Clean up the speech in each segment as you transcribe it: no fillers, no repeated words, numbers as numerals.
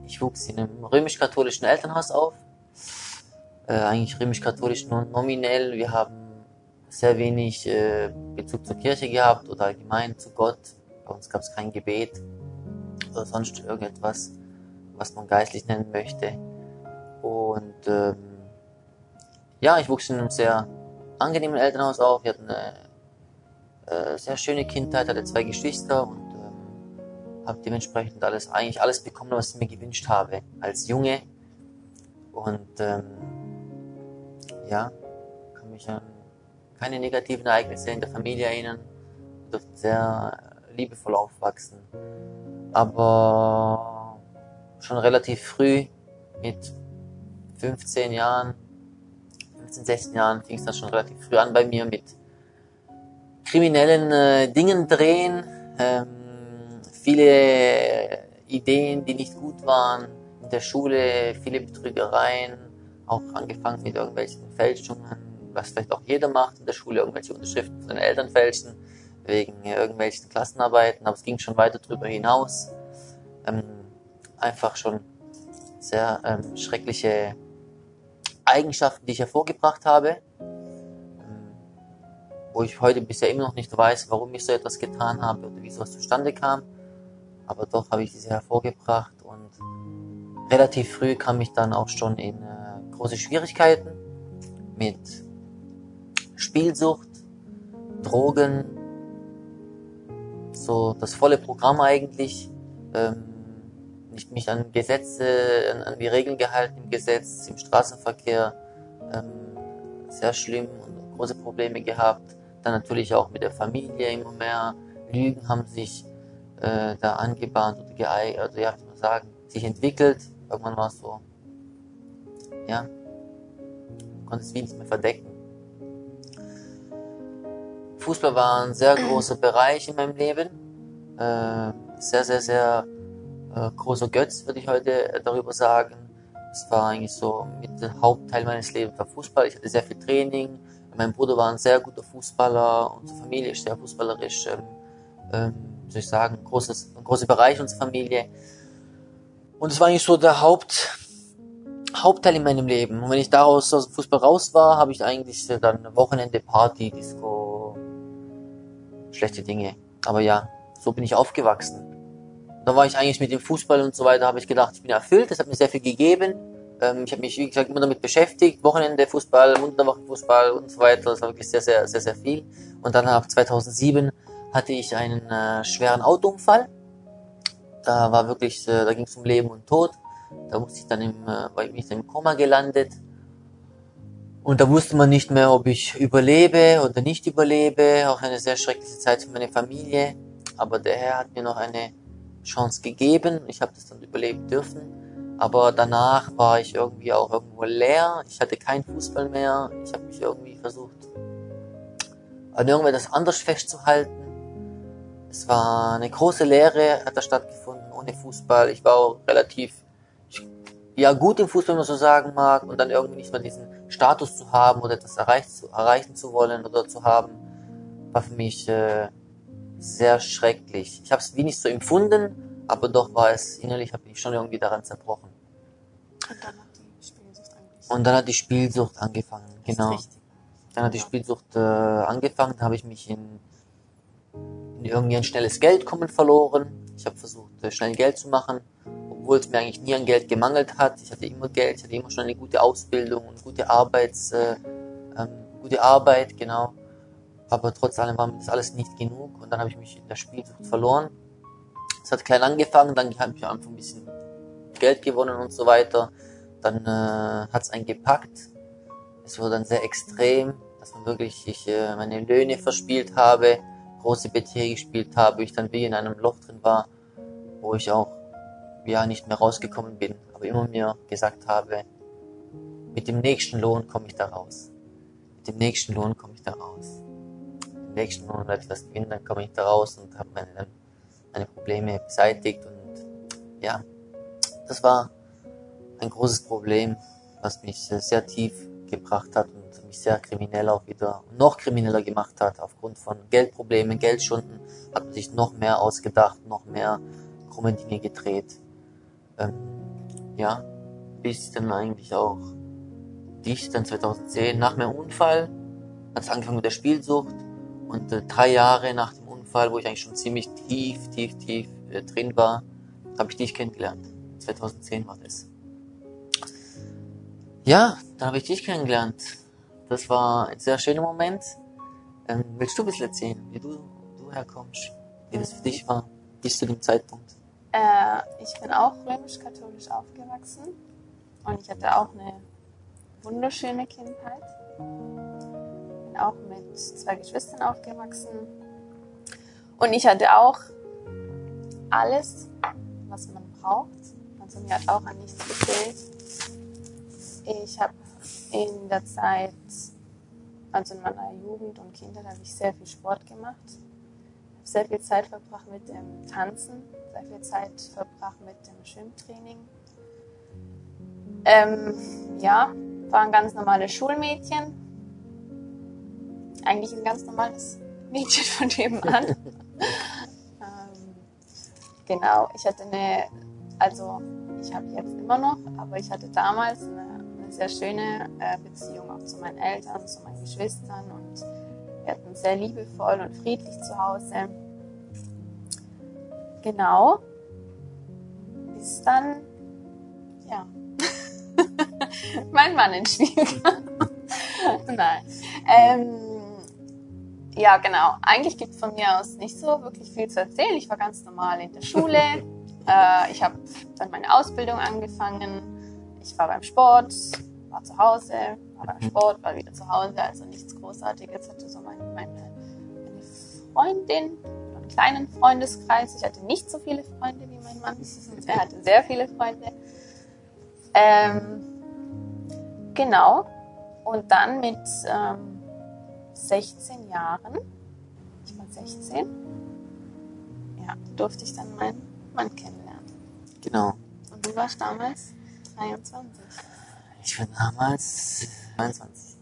Ich wuchs in einem römisch-katholischen Elternhaus auf. Eigentlich römisch-katholisch nur nominell. Wir haben sehr wenig Bezug zur Kirche gehabt oder allgemein zu Gott. Bei uns gab es kein Gebet oder sonst irgendetwas, was man geistlich nennen möchte. Und ja, ich wuchs in einem sehr angenehmen Elternhaus auf. Wir hatten eine sehr schöne Kindheit, hatte 2 Geschwister und habe dementsprechend eigentlich alles bekommen, was ich mir gewünscht habe als Junge. Und ja, kann mich an keine negativen Ereignisse in der Familie erinnern. Wir durften sehr liebevoll aufwachsen. Aber schon relativ früh, mit 15, 16 Jahren, fing es dann schon relativ früh an bei mir mit kriminellen Dingen drehen. Viele Ideen, die nicht gut waren. In der Schule viele Betrügereien, auch angefangen mit irgendwelchen Fälschungen, was vielleicht auch jeder macht in der Schule, irgendwelche Unterschriften von den Eltern fälschen, wegen irgendwelchen Klassenarbeiten, aber es ging schon weiter darüber hinaus. Einfach schon sehr schreckliche Eigenschaften, die ich hervorgebracht habe, wo ich heute bisher immer noch nicht weiß, warum ich so etwas getan habe oder wie sowas zustande kam. Aber doch habe ich diese hervorgebracht und relativ früh kam ich dann auch schon in große Schwierigkeiten mit Spielsucht, Drogen, so das volle Programm eigentlich, nicht mich an Gesetze, an die Regeln gehalten im Gesetz, im Straßenverkehr, sehr schlimm und große Probleme gehabt. Dann natürlich auch mit der Familie immer mehr. Lügen haben sich da angebahnt oder also ja, wie man sagen, sich entwickelt. Irgendwann war es so, ja, konnte es wie nichts mehr verdecken. Fußball war ein sehr großer Bereich in meinem Leben. Sehr, sehr, sehr großer Götz, würde ich heute darüber sagen. Es war eigentlich so mit der Hauptteil meines Lebens war Fußball. Ich hatte sehr viel Training. Mein Bruder war ein sehr guter Fußballer. Unsere Familie ist sehr fußballerisch. Soll ich sagen, ein großer Bereich unserer Familie. Und es war eigentlich so der Hauptteil in meinem Leben. Und wenn ich daraus aus dem Fußball raus war, habe ich eigentlich dann Wochenende, Party, Disco, schlechte Dinge. Aber ja, so bin ich aufgewachsen. Da war ich eigentlich mit dem Fußball und so weiter, habe ich gedacht, ich bin erfüllt, das hat mir sehr viel gegeben. Ich habe mich, wie gesagt, immer damit beschäftigt, Wochenende Fußball, unter der Woche Fußball und so weiter, das war wirklich sehr, sehr, sehr, sehr viel. Und dann ab 2007 hatte ich einen schweren Autounfall. Da war wirklich, da ging es um Leben und Tod. Da musste ich dann war ich im Koma gelandet. Und da wusste man nicht mehr, ob ich überlebe oder nicht überlebe. Auch eine sehr schreckliche Zeit für meine Familie. Aber der Herr hat mir noch eine Chance gegeben. Ich habe das dann überleben dürfen. Aber danach war ich irgendwie auch irgendwo leer. Ich hatte keinen Fußball mehr. Ich habe mich irgendwie versucht, an irgendetwas anders festzuhalten. Es war eine große Leere, hat da stattgefunden, ohne Fußball. Ich war auch relativ gut im Fußball, wenn man so sagen mag, und dann irgendwie nicht mehr diesen Status zu haben oder etwas erreichen zu wollen oder zu haben, war für mich sehr schrecklich. Ich habe es wie nicht so empfunden, aber doch war es innerlich, habe ich schon irgendwie daran zerbrochen. Und dann hat die Spielsucht angefangen. Genau. Dann hat die Spielsucht angefangen, da habe ich mich in irgendwie ein schnelles Geld kommen verloren. Ich habe versucht, schnell Geld zu machen, obwohl es mir eigentlich nie an Geld gemangelt hat. Ich hatte immer Geld, ich hatte immer schon eine gute Ausbildung und gute Arbeit, genau. Aber trotz allem war mir das alles nicht genug und dann habe ich mich in der Spielsucht verloren. Es hat klein angefangen, dann habe ich einfach ein bisschen Geld gewonnen und so weiter. Dann hat es einen gepackt. Es wurde dann sehr extrem, dass man wirklich ich meine Löhne verspielt habe, große Beträge gespielt habe, ich dann wie in einem Loch drin war, wo ich auch nicht mehr rausgekommen bin, aber immer mir gesagt habe, mit dem nächsten Lohn komme ich da raus. Mit dem nächsten Lohn komme ich da raus. Mit dem nächsten Lohn werde ich das gewinnen, dann komme ich da raus und habe meine Probleme beseitigt und ja, das war ein großes Problem, was mich sehr tief gebracht hat und mich sehr kriminell auch wieder noch krimineller gemacht hat. Aufgrund von Geldproblemen, Geldschunden hat man sich noch mehr ausgedacht, noch mehr krumme Dinge gedreht. Ähm, ja, bis dann eigentlich auch dicht, dann 2010, nach meinem Unfall, hat es angefangen mit der Spielsucht und 3 Jahre nach dem Unfall, wo ich eigentlich schon ziemlich tief drin war, habe ich dich kennengelernt. 2010 war das. Ja, dann habe ich dich kennengelernt. Das war ein sehr schöner Moment. Willst du ein bisschen erzählen, wie du herkommst, wie das für dich war, bis zu dem Zeitpunkt? Ich bin auch römisch-katholisch aufgewachsen und ich hatte auch eine wunderschöne Kindheit. Bin auch mit 2 Geschwistern aufgewachsen und ich hatte auch alles, was man braucht. Also mir hat auch an nichts gefehlt. Ich habe in der Zeit, also in meiner Jugend und Kindheit, habe ich sehr viel Sport gemacht. Ich habe sehr viel Zeit verbracht mit dem Tanzen, sehr viel Zeit verbracht mit dem Schwimmtraining. War ein ganz normales Schulmädchen. Eigentlich ein ganz normales Mädchen von nebenan. Genau, ich hatte ich habe jetzt immer noch, aber ich hatte damals eine sehr schöne Beziehung auch zu meinen Eltern, zu meinen Geschwistern und wir hatten sehr liebevoll und friedlich zu Hause. Genau. Bis dann, ja, mein Mann ins Spiel kam. Nein. Ja, genau. Eigentlich gibt es von mir aus nicht so wirklich viel zu erzählen. Ich war ganz normal in der Schule. Ich habe dann meine Ausbildung angefangen. Ich war beim Sport, war zu Hause, war beim Sport, war wieder zu Hause. Also nichts Großartiges. Ich hatte so meine Freundin, einen kleinen Freundeskreis. Ich hatte nicht so viele Freunde wie mein Mann. Er hatte sehr viele Freunde. Genau. Und dann mit 16 Jahren, ich war 16, ja, durfte ich dann meinen Mann kennenlernen. Genau. Und du warst damals 23. Ich war damals 22.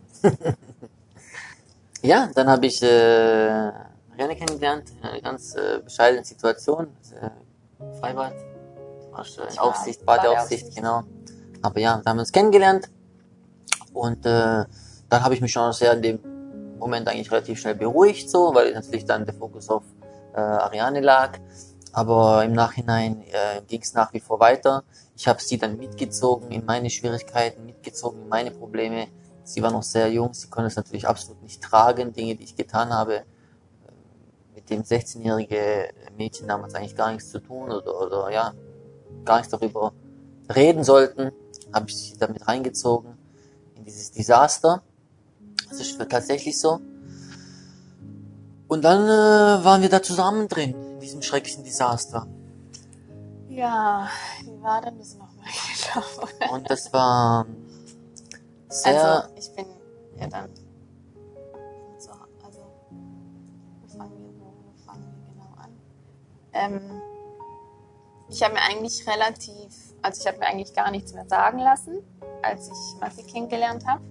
Ja, dann habe ich Marianne kennengelernt, in einer ganz bescheidenen Situation. Freibad, Aufsicht, Badeaufsicht, genau. Aber ja, da haben wir uns kennengelernt und dann habe ich mich schon sehr in dem Moment eigentlich relativ schnell beruhigt, so, weil natürlich dann der Fokus auf Ariane lag. Aber im Nachhinein ging es nach wie vor weiter. Ich habe sie dann mitgezogen in meine Schwierigkeiten, mitgezogen in meine Probleme. Sie war noch sehr jung, sie konnte es natürlich absolut nicht tragen, Dinge, die ich getan habe. Mit dem 16-jährigen Mädchen damals eigentlich gar nichts zu tun oder ja, gar nichts darüber reden sollten, habe ich sie damit reingezogen in dieses Desaster. Das ist tatsächlich so. Und dann waren wir da zusammen drin, in diesem schrecklichen Desaster. Ja, wie war denn das nochmal genau? Und das war sehr... Also, ich bin ja dann so, also, wo fangen wir genau an? Ich habe mir eigentlich gar nichts mehr sagen lassen, als ich Matti kennengelernt habe.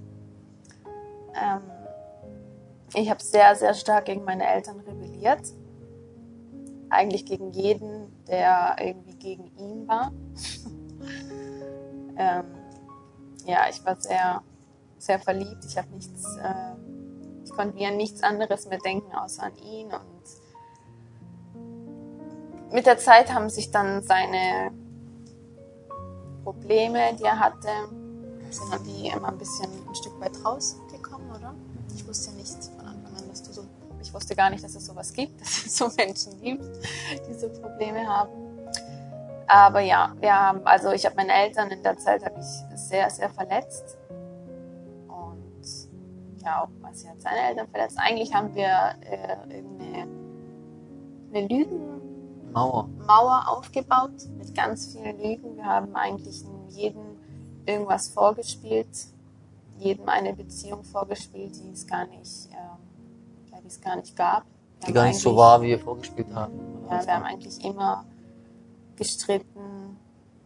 Ich habe sehr, sehr stark gegen meine Eltern rebelliert. Eigentlich gegen jeden, der irgendwie gegen ihn war. Ich war sehr, sehr verliebt. Ich konnte mir an nichts anderes mehr denken, außer an ihn. Und mit der Zeit haben sich dann seine Probleme, die er hatte, sind dann die immer ein Stück weit rausgekommen, oder? Ich wusste ja nicht von Anfang an, ich wusste gar nicht, dass es sowas gibt, dass es so Menschen gibt, die so Probleme haben. Aber ja, ich habe meine Eltern in der Zeit sehr, sehr verletzt. Und ja, auch Massi hat seine Eltern verletzt. Eigentlich haben wir eine Lügenmauer aufgebaut mit ganz vielen Lügen. Wir haben eigentlich jedem irgendwas vorgespielt, jedem eine Beziehung vorgespielt, die es gar nicht gab. Die gar nicht so war, wie wir vorgespielt haben. Ja, wir haben eigentlich immer gestritten.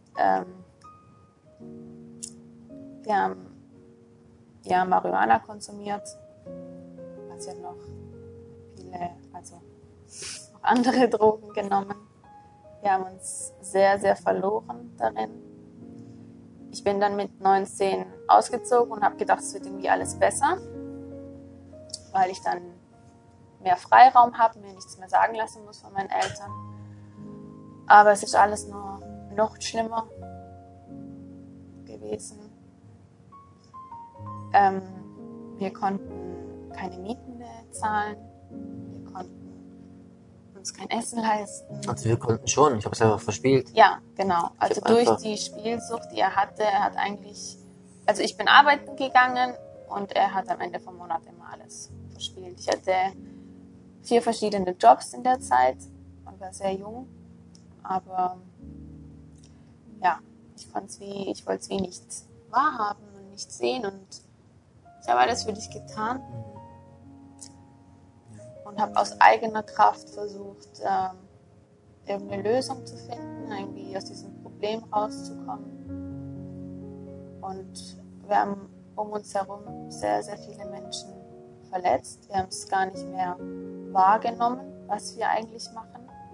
Wir haben Marihuana konsumiert. Sie hat noch andere Drogen genommen. Wir haben uns sehr, sehr verloren darin. Ich bin dann mit 19 ausgezogen und habe gedacht, es wird irgendwie alles besser, weil ich dann mehr Freiraum habe, mir nichts mehr sagen lassen muss von meinen Eltern. Aber es ist alles nur noch schlimmer gewesen. Wir konnten keine Mieten mehr zahlen. Wir konnten uns kein Essen leisten. Also wir konnten schon, ich habe es einfach verspielt. Ja, genau. Also durch die Spielsucht, die er hatte, also ich bin arbeiten gegangen und er hat am Ende vom Monat immer alles verspielt. Ich hatte 4 verschiedene Jobs in der Zeit und war sehr jung. Aber ja, ich wollte es wie nicht wahrhaben und nicht sehen und ich habe alles für dich getan und habe aus eigener Kraft versucht, irgendeine Lösung zu finden, irgendwie aus diesem Problem rauszukommen. Und wir haben um uns herum sehr, sehr viele Menschen verletzt. Wir haben es gar nicht mehr wahrgenommen, was wir eigentlich machen.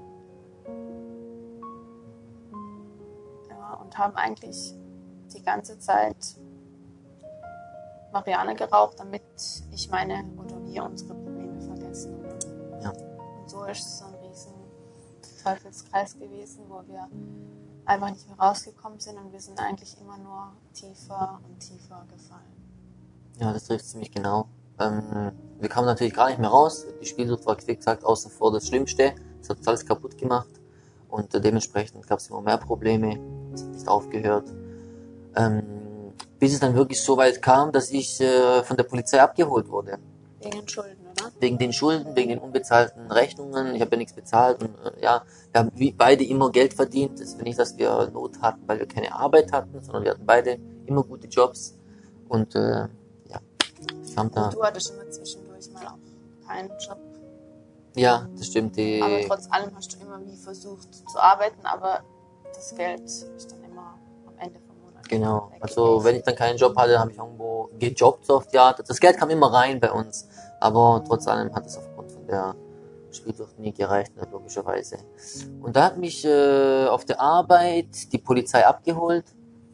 Ja, und haben eigentlich die ganze Zeit Marihuana geraucht, damit ich wir unsere Probleme vergessen. Ja. Und so ist es so ein riesen Teufelskreis gewesen, wo wir einfach nicht mehr rausgekommen sind und wir sind eigentlich immer nur tiefer und tiefer gefallen. Ja, das trifft ziemlich genau. Wir kamen natürlich gar nicht mehr raus. Die Spielsucht war, wie gesagt, außen vor das Schlimmste. Es hat uns alles kaputt gemacht. Und dementsprechend gab es immer mehr Probleme. Es hat nicht aufgehört. Bis es dann wirklich so weit kam, dass ich von der Polizei abgeholt wurde. Wegen den Schulden, oder? Wegen den Schulden, wegen den unbezahlten Rechnungen. Ich habe ja nichts bezahlt. Und wir haben beide immer Geld verdient. Es ist nicht, dass wir Not hatten, weil wir keine Arbeit hatten, sondern wir hatten beide immer gute Jobs. Und und du hattest immer zwischendurch mal auch keinen Job. Ja, das stimmt. Aber trotz allem hast du immer wie versucht zu arbeiten, aber das Geld ist dann immer am Ende vom Monat. Genau. Also wenn ich dann keinen Job hatte, habe ich irgendwo gejobbt so auf die Art. Das Geld kam immer rein bei uns, aber trotz allem hat es aufgrund von der Spielsucht nie gereicht, logischerweise. Und da hat mich auf der Arbeit die Polizei abgeholt.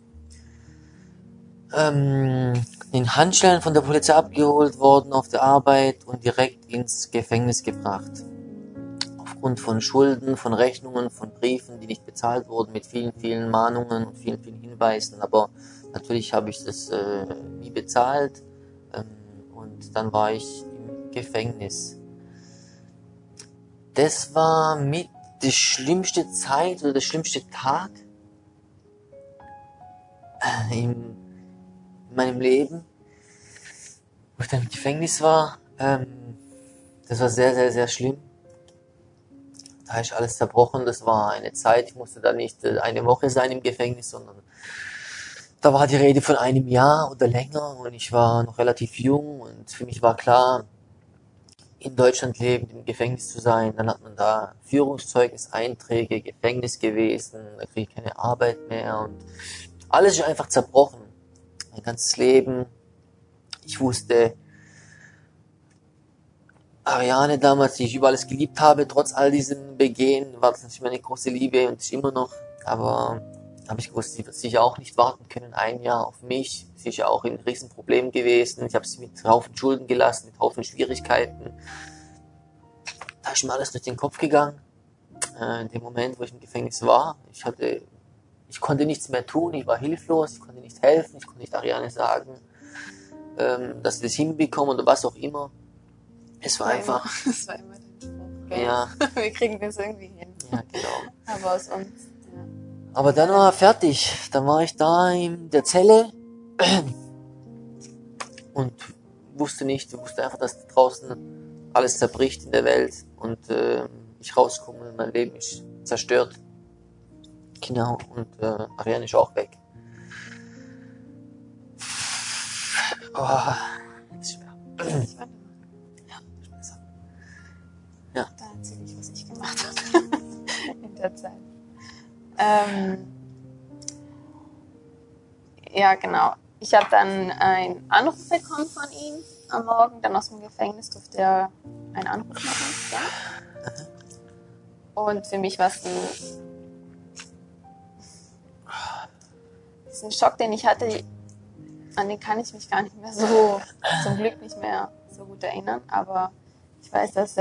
In Handschellen von der Polizei abgeholt worden auf der Arbeit und direkt ins Gefängnis gebracht. Aufgrund von Schulden, von Rechnungen, von Briefen, die nicht bezahlt wurden, mit vielen, vielen Mahnungen und vielen, vielen Hinweisen. Aber natürlich habe ich das nie bezahlt und dann war ich im Gefängnis. Das war mit die schlimmste Zeit oder der schlimmste Tag in meinem Leben, wo ich dann im Gefängnis war. Das war sehr, sehr, sehr schlimm. Da ist alles zerbrochen. Das war eine Zeit, ich musste da nicht eine Woche sein im Gefängnis, sondern da war die Rede von einem Jahr oder länger und ich war noch relativ jung und für mich war klar, in Deutschland lebend, im Gefängnis zu sein. Dann hat man da Führungszeugeneinträge, Gefängnis gewesen, da kriege ich keine Arbeit mehr und alles ist einfach zerbrochen. Mein ganzes Leben. Ich wusste, Ariane damals, die ich über alles geliebt habe, trotz all diesen Begehen, war das natürlich meine große Liebe und ist immer noch. Aber habe ich gewusst, sie wird sicher auch nicht warten können, ein Jahr auf mich. Sie ist ja auch ein Riesenproblem gewesen. Ich habe sie mit Haufen Schulden gelassen, mit Haufen Schwierigkeiten. Da ist mir alles durch den Kopf gegangen. In dem Moment, wo ich im Gefängnis war, ich konnte nichts mehr tun, ich war hilflos, ich konnte nicht helfen, ich konnte nicht Ariane sagen, dass sie das hinbekommen oder was auch immer. Es war einfach... Das war immer dein Spruch, gell? Ja. Wir kriegen das irgendwie hin. Ja, genau. Aber aus uns, ja. Aber dann war fertig. Dann war ich da in der Zelle und wusste einfach, dass draußen alles zerbricht in der Welt und ich rauskomme und mein Leben ist zerstört. Genau, und Ariane ist auch weg. Oh, das ist schwer. Ich warte mal. Ja, das ist besser. Da erzähle ich, was ich gemacht habe in der Zeit. Ja, genau. Ich habe dann einen Anruf bekommen von ihm am Morgen. Dann aus dem Gefängnis durfte er einen Anruf machen. Ja? Und für mich war es ein diesen Schock, den ich hatte, an den kann ich mich gar nicht mehr so, zum Glück nicht mehr so gut erinnern. Aber ich weiß, dass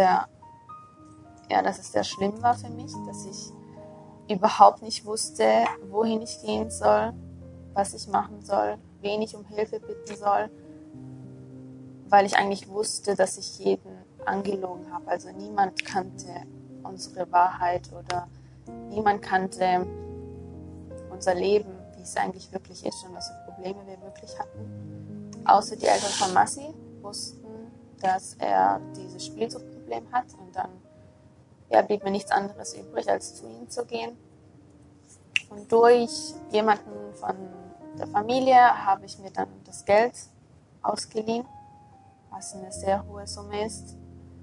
es sehr schlimm war für mich, dass ich überhaupt nicht wusste, wohin ich gehen soll, was ich machen soll, wen ich um Hilfe bitten soll, weil ich eigentlich wusste, dass ich jeden angelogen habe. Also niemand kannte unsere Wahrheit oder niemand kannte unser Leben, wie es eigentlich wirklich ist und was für Probleme wir wirklich hatten. Außer die Eltern von Massi wussten, dass er dieses Spielsuchtproblem hat und dann blieb mir nichts anderes übrig, als zu ihm zu gehen. Und durch jemanden von der Familie habe ich mir dann das Geld ausgeliehen, was eine sehr hohe Summe ist.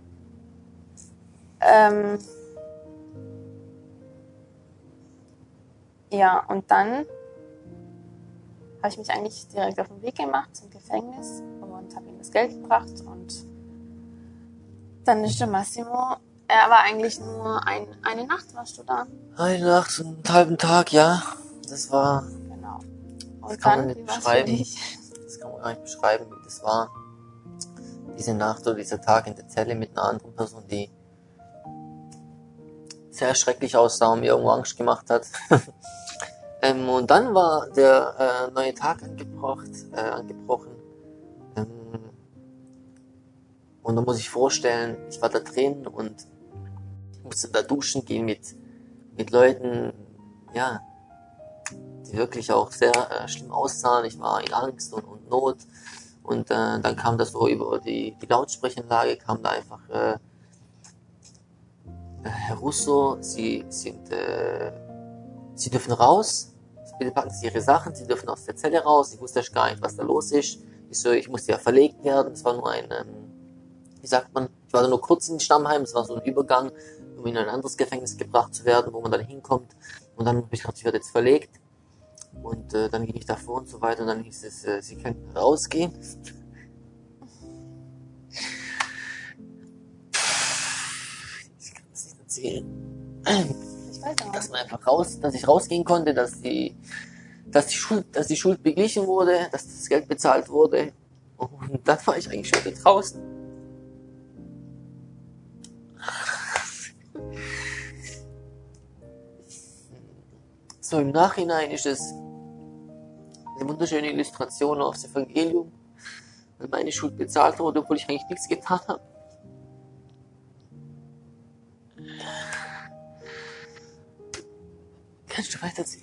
Und dann habe ich mich eigentlich direkt auf den Weg gemacht zum Gefängnis und habe ihm das Geld gebracht. Und dann ist der Massimo, er war eigentlich nur eine Nacht, warst du da? Eine Nacht und einen halben Tag, ja. Das war... Genau. Und das kann dann, man nicht wie war's beschreiben. für dich? Das kann man gar nicht beschreiben, wie das war. Diese Nacht oder dieser Tag in der Zelle mit einer anderen Person, die sehr schrecklich aussah und mir irgendwo Angst gemacht hat. Und dann war der neue Tag angebrochen. Und da muss ich vorstellen, ich war da drin und musste da duschen gehen mit Leuten, ja, die wirklich auch sehr schlimm aussahen. Ich war in Angst und Not. Und dann kam das so über die Lautsprecheranlage, kam da einfach Herr Russo, Sie dürfen raus, bitte packen Sie Ihre Sachen, Sie dürfen aus der Zelle raus. Ich wusste gar nicht, was da los ist. Ich musste ja verlegt werden. Es war nur ich war da nur kurz in Stammheim, es war so ein Übergang, um in ein anderes Gefängnis gebracht zu werden, wo man dann hinkommt. Und dann habe ich gedacht, ich werde jetzt verlegt. Und dann ging ich davor und so weiter und dann hieß es, Sie können rausgehen. Ich kann das nicht erzählen. Ich weiß auch. Dass man einfach dass ich rausgehen konnte, dass die Schuld beglichen wurde, dass das Geld bezahlt wurde. Und dann war ich eigentlich schon wieder draußen. So im Nachhinein ist es eine wunderschöne Illustration aufs Evangelium, weil meine Schuld bezahlt wurde, obwohl ich eigentlich nichts getan habe. Kannst du weiterziehen?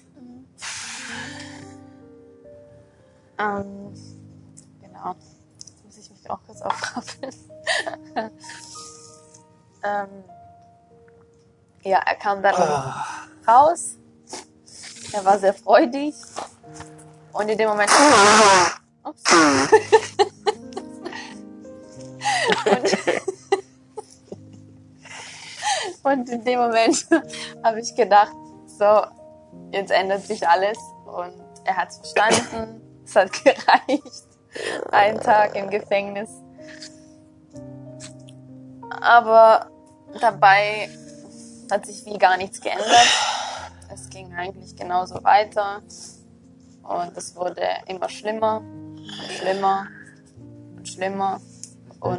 Genau. Jetzt muss ich mich auch kurz aufrappeln. Er kam dann raus. Er war sehr freudig. Und in dem Moment... Ups. Und in dem Moment habe ich gedacht, so, jetzt ändert sich alles. Und er hat es verstanden. Es hat gereicht. Ein Tag im Gefängnis. Aber dabei hat sich wie gar nichts geändert. Es ging eigentlich genauso weiter. Und es wurde immer schlimmer und schlimmer und schlimmer. Und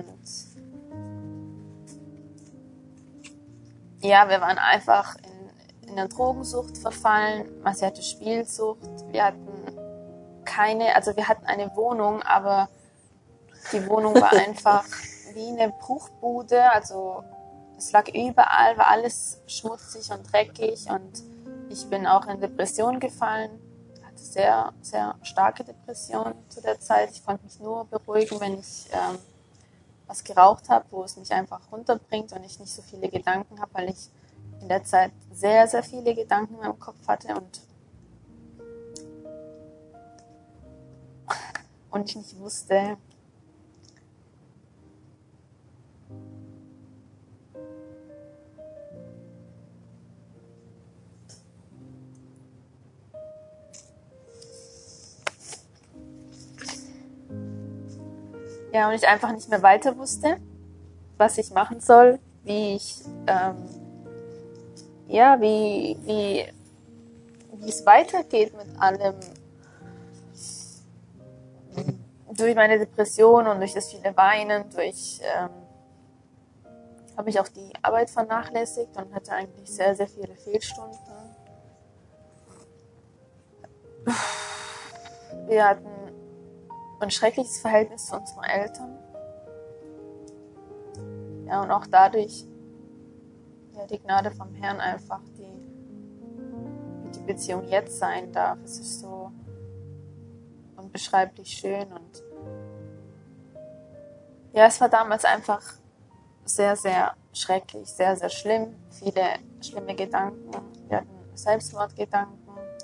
ja, wir waren einfach in eine Drogensucht verfallen. Massi hatte Spielsucht. Wir hatten eine Wohnung, aber die Wohnung war einfach wie eine Bruchbude. Also es lag überall, war alles schmutzig und dreckig und ich bin auch in Depression gefallen. Ich hatte sehr, sehr starke Depression zu der Zeit. Ich konnte mich nur beruhigen, wenn ich was geraucht habe, wo es mich einfach runterbringt und ich nicht so viele Gedanken habe, weil ich in der Zeit sehr, sehr viele Gedanken in meinem Kopf hatte und ich nicht wusste, und ich einfach nicht mehr weiter wusste, was ich machen soll, wie es weitergeht mit allem, durch meine Depression und durch das viele Weinen, habe ich auch die Arbeit vernachlässigt und hatte eigentlich sehr, sehr viele Fehlstunden. Wir hatten ein schreckliches Verhältnis zu unseren Eltern. Ja, und auch dadurch, ja, die Gnade vom Herrn einfach, wie die Beziehung jetzt sein darf. Es ist so unbeschreiblich schön und ja, es war damals einfach sehr, sehr schrecklich, sehr, sehr schlimm. Viele schlimme Gedanken. Wir hatten Selbstmordgedanken.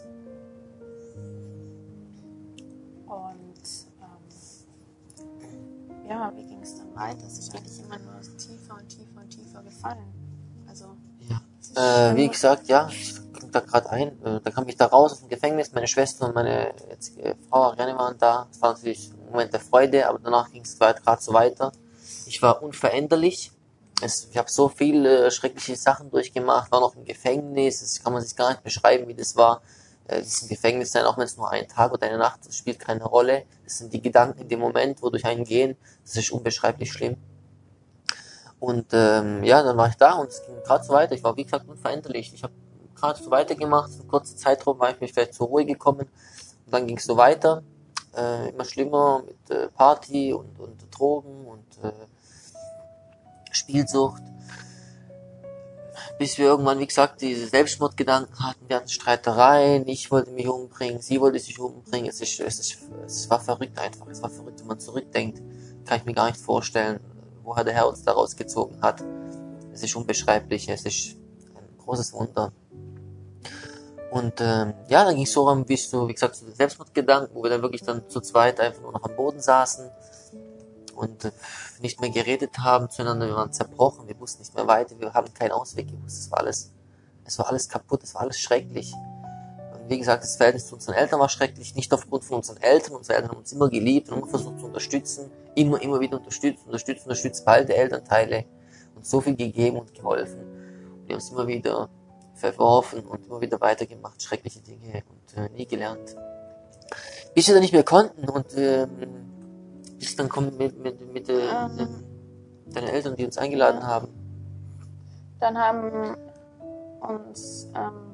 Und ja, wie ging es dann weiter? Es ist eigentlich immer nur tiefer und tiefer und tiefer gefallen. Also, ja. Wie gesagt, ja, ich ging da gerade ein. Da kam ich da raus aus dem Gefängnis. Meine Schwester und meine jetzige Frau Ariane waren da. Es war natürlich ein Moment der Freude, aber danach ging es gerade so weiter. Ich war unveränderlich. Ich habe so viele schreckliche Sachen durchgemacht, war noch im Gefängnis. Das kann man sich gar nicht beschreiben, wie das war. Das im Gefängnis sein, auch wenn es nur ein Tag oder eine Nacht ist, spielt keine Rolle. Das sind die Gedanken in dem Moment, wo durch einen gehen. Das ist unbeschreiblich schlimm. Und ja, dann war ich da und es ging gerade so weiter. Ich war, wie gesagt, unveränderlich. Ich habe gerade so weitergemacht. Für einen kurzen Zeitraum war ich mich vielleicht zur Ruhe gekommen. Und dann ging es so weiter. Immer schlimmer mit Party und Drogen und Spielsucht. Bis wir irgendwann, wie gesagt, diese Selbstmordgedanken hatten. Wir hatten Streitereien. Ich wollte mich umbringen. Sie wollte sich umbringen. Es war verrückt einfach. Es war verrückt, wenn man zurückdenkt. Kann ich mir gar nicht vorstellen, woher der Herr uns da rausgezogen hat. Es ist unbeschreiblich. Es ist ein großes Wunder. Und ja, dann ging es so rum, bis so, wie gesagt, zu den Selbstmordgedanken, wo wir dann wirklich dann zu zweit einfach nur noch am Boden saßen und nicht mehr geredet haben zueinander. Wir waren zerbrochen, wir wussten nicht mehr weiter, wir haben keinen Ausweg gewusst. Es war alles kaputt, es war alles schrecklich. Und wie gesagt, das Verhältnis zu unseren Eltern war schrecklich, nicht aufgrund von unseren Eltern. Unsere Eltern haben uns immer geliebt und immer versucht zu unterstützen, immer wieder unterstützt beide Elternteile und so viel gegeben und geholfen. Und wir haben es immer wieder verworfen und immer wieder weitergemacht, schreckliche Dinge und nie gelernt. Bis wir dann nicht mehr konnten und bis dann kommt mit deinen Eltern, die uns eingeladen haben. Dann haben uns,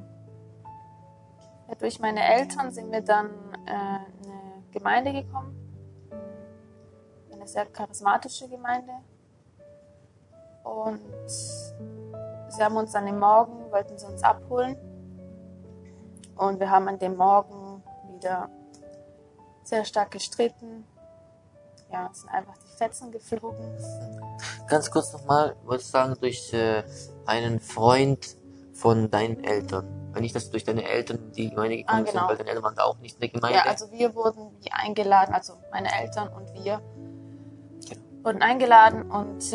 ja, durch meine Eltern sind wir dann eine Gemeinde gekommen, eine sehr charismatische Gemeinde. Und sie haben uns an dem Morgen, wollten sie uns abholen. Und wir haben an dem Morgen wieder sehr stark gestritten. Ja, es sind einfach die Fetzen geflogen. Ganz kurz nochmal, wollte ich sagen, durch einen Freund von deinen Eltern. Nicht, dass du durch deine Eltern in die Gemeinde gekommen genau. sind, weil deine Eltern waren da auch nicht in der Gemeinde. Ja, also wir wurden wie eingeladen, also meine Eltern und wir wurden eingeladen und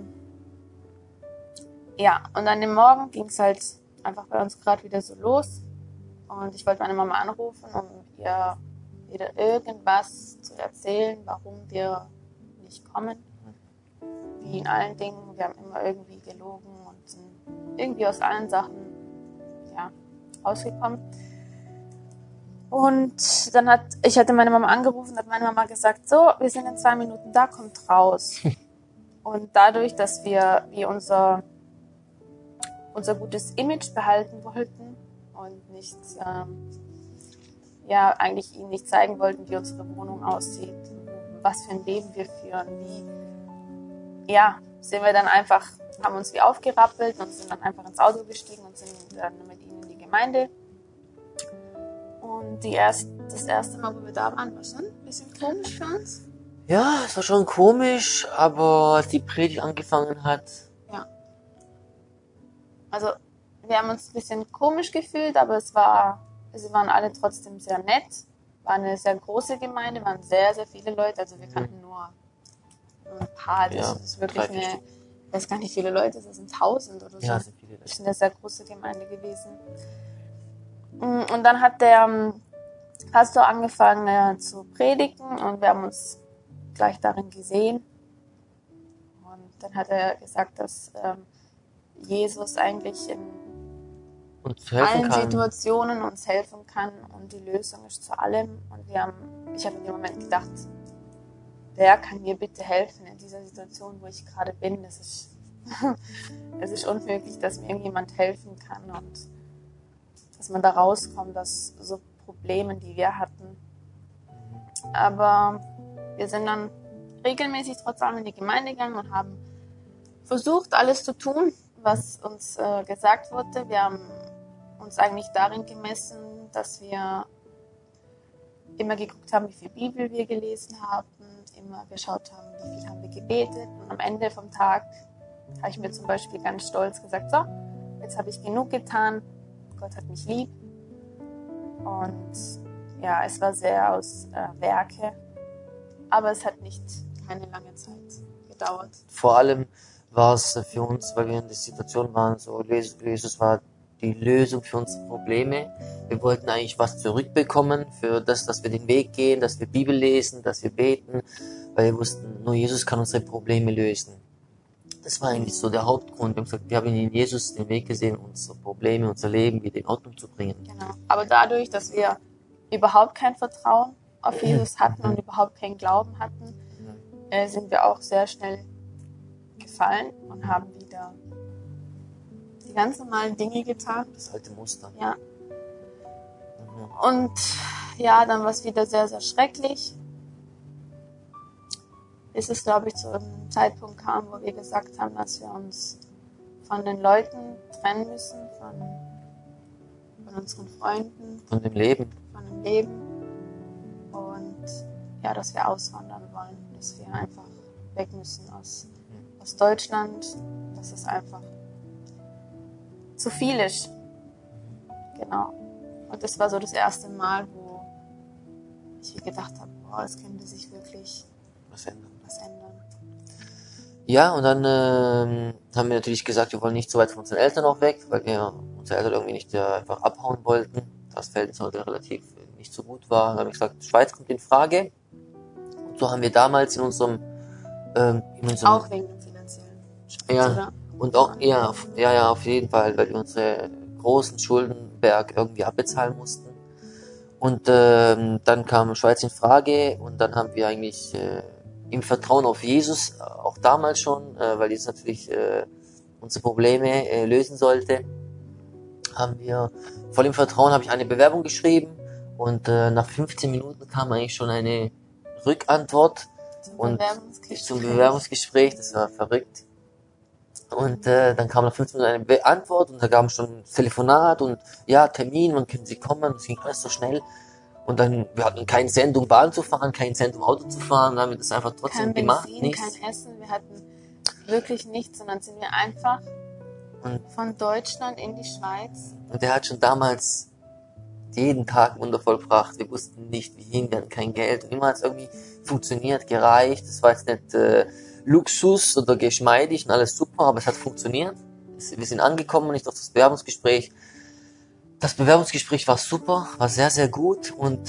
ja, und an dem Morgen ging es halt einfach bei uns gerade wieder so los und ich wollte meine Mama anrufen, um ihr wieder irgendwas zu erzählen, warum wir nicht kommen. Wie in allen Dingen, wir haben immer irgendwie gelogen und sind irgendwie aus allen Sachen, ja, rausgekommen. Und dann hatte meine Mama angerufen, hat meine Mama gesagt, so, wir sind in 2 Minuten da, kommt raus. Und dadurch, dass wir wie unser gutes Image behalten wollten und nicht, ja, eigentlich ihnen nicht zeigen wollten, wie unsere Wohnung aussieht, was für ein Leben wir führen, ja, sind wir dann einfach, haben uns wie aufgerappelt und sind dann einfach ins Auto gestiegen und sind dann mit ihnen in die Gemeinde. Und das erste Mal, wo wir da waren, war schon ein bisschen komisch für uns. Ja, es war schon komisch, aber als die Predigt angefangen hat. Ja. Also, wir haben uns ein bisschen komisch gefühlt, aber sie waren alle trotzdem sehr nett. War eine sehr große Gemeinde, waren sehr, sehr viele Leute. Also, wir kannten nur ein paar. Das ist wirklich ich weiß gar nicht, wie viele Leute, das sind 1000 oder so. Ja, sehr viele Leute. Das ist eine sehr große Gemeinde gewesen. Und dann hat der Pastor angefangen zu predigen und wir haben uns gleich darin gesehen. Und dann hat er gesagt, dass Jesus eigentlich in allen Situationen uns helfen kann und die Lösung ist zu allem. Und ich habe in dem Moment gedacht, wer kann mir bitte helfen in dieser Situation, wo ich gerade bin. Es ist unmöglich, dass mir irgendjemand helfen kann und dass man da rauskommt aus so Problemen, die wir hatten. Aber wir sind dann regelmäßig trotz allem in die Gemeinde gegangen und haben versucht, alles zu tun, was uns gesagt wurde. Wir haben uns eigentlich darin gemessen, dass wir immer geguckt haben, wie viel Bibel wir gelesen haben, immer geschaut haben, wie viel haben wir gebetet. Und am Ende vom Tag habe ich mir zum Beispiel ganz stolz gesagt, so, jetzt habe ich genug getan, Gott hat mich lieb. Und ja, es war sehr aus Werke, aber es hat nicht keine lange Zeit gedauert. Vor allem war es für uns, weil wir in der Situation waren, so Jesus war die Lösung für unsere Probleme. Wir wollten eigentlich was zurückbekommen für das, dass wir den Weg gehen, dass wir Bibel lesen, dass wir beten, weil wir wussten, nur Jesus kann unsere Probleme lösen. Das war eigentlich so der Hauptgrund. Wir haben gesagt, wir haben in Jesus den Weg gesehen, unsere Probleme, unser Leben wieder in Ordnung zu bringen. Genau. Aber dadurch, dass wir überhaupt kein Vertrauen auf Jesus hatten und überhaupt keinen Glauben hatten, sind wir auch sehr schnell gefallen und haben wieder die ganz normalen Dinge getan. Das alte Muster. Ja. Und ja, dann war es wieder sehr, sehr schrecklich. Bis es, glaube ich, zu einem Zeitpunkt kam, wo wir gesagt haben, dass wir uns von den Leuten trennen müssen, von unseren Freunden, von dem Leben. Und ja, dass wir auswandern wollen, dass wir einfach weg müssen aus Deutschland, dass es einfach zu viel ist. Genau. Und das war so das erste Mal, wo ich gedacht habe, boah, es könnte sich wirklich was ändern. Ja, und dann haben wir natürlich gesagt, wir wollen nicht so weit von unseren Eltern auch weg, weil wir unsere Eltern irgendwie nicht einfach abhauen wollten. Das Verhältnis heute relativ nicht so gut war. Dann haben wir gesagt, Schweiz kommt in Frage. Und so haben wir damals in unserem auch wegen dem finanziellen Schritt, ja, oder? Und auch, ja, auf jeden Fall, weil wir unsere großen Schuldenberg irgendwie abbezahlen mussten. Und dann kam Schweiz in Frage und dann haben wir eigentlich im Vertrauen auf Jesus, auch damals schon, weil Jesus natürlich unsere Probleme lösen sollte, haben wir voll im Vertrauen, habe ich eine Bewerbung geschrieben und nach 15 Minuten kam eigentlich schon eine Rückantwort zum Bewerbungsgespräch, das war verrückt. Und dann kam nach 15 Minuten eine Antwort und da kam schon ein Telefonat und ja, Termin, wann können Sie kommen? Es ging alles so schnell. Und dann, wir hatten keinen Cent, um Bahn zu fahren, keinen Cent, um Auto zu fahren, dann haben wir das einfach trotzdem gemacht. Kein Benzin, nichts. Kein Essen, wir hatten wirklich nichts und dann sind wir einfach von Deutschland in die Schweiz. Und der hat schon damals jeden Tag Wunder vollbracht. Wir wussten nicht, wie hin, wir hatten kein Geld. Und immer hat es irgendwie funktioniert, gereicht. Das war jetzt nicht Luxus oder geschmeidig und alles super, aber es hat funktioniert. Wir sind angekommen und ich dachte, das Bewerbungsgespräch war super, war sehr, sehr gut und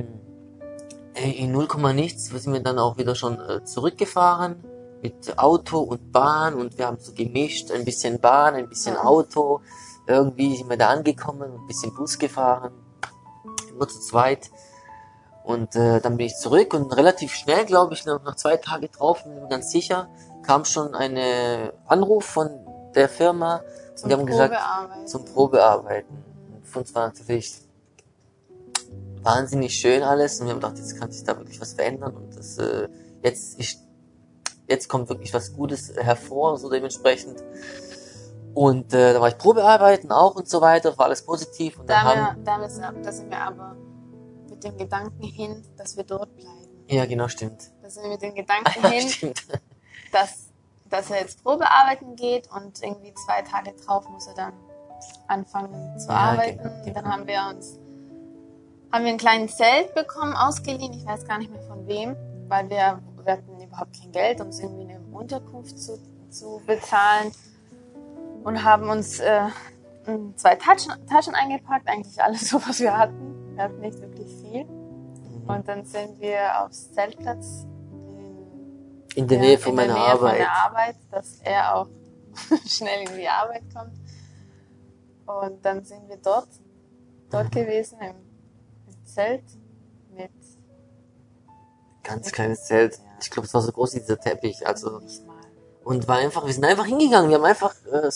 in 0, nichts sind wir dann auch wieder schon zurückgefahren mit Auto und Bahn und wir haben so gemischt, ein bisschen Bahn, ein bisschen Auto. Irgendwie sind wir da angekommen, ein bisschen Bus gefahren, nur zu zweit. Und dann bin ich zurück und relativ schnell, glaube ich, nach 2 Tagen drauf, bin ich mir ganz sicher, kam schon ein Anruf von der Firma und die haben gesagt, zum Probearbeiten. Und für uns war natürlich wahnsinnig schön alles und wir haben gedacht, jetzt kann sich da wirklich was verändern und das jetzt kommt wirklich was Gutes hervor, so dementsprechend. Und da war ich Probearbeiten auch und so weiter, war alles positiv. Und da sind wir aber mit dem Gedanken hin, dass wir dort bleiben. Ja, genau, stimmt. Da sind wir mit dem Gedanken hin, dass er jetzt Probearbeiten geht und irgendwie 2 Tage drauf muss er dann anfangen zu arbeiten. Genau. Und dann haben wir ein kleines Zelt bekommen, ausgeliehen, ich weiß gar nicht mehr von wem, weil wir hatten überhaupt kein Geld, um irgendwie eine Unterkunft zu bezahlen. Und haben uns 2 Taschen eingepackt, eigentlich alles so, was wir hatten. Wir hatten nicht wirklich viel. Und dann sind wir aufs Zeltplatz in der Nähe von meiner Arbeit, dass er auch schnell in die Arbeit kommt. Und dann sind wir dort gewesen im Zelt mit ganz kleines Zelt. Ich glaube, es war so groß wie dieser Teppich. Also, Nicht mal. und wir sind einfach hingegangen. Wir haben einfach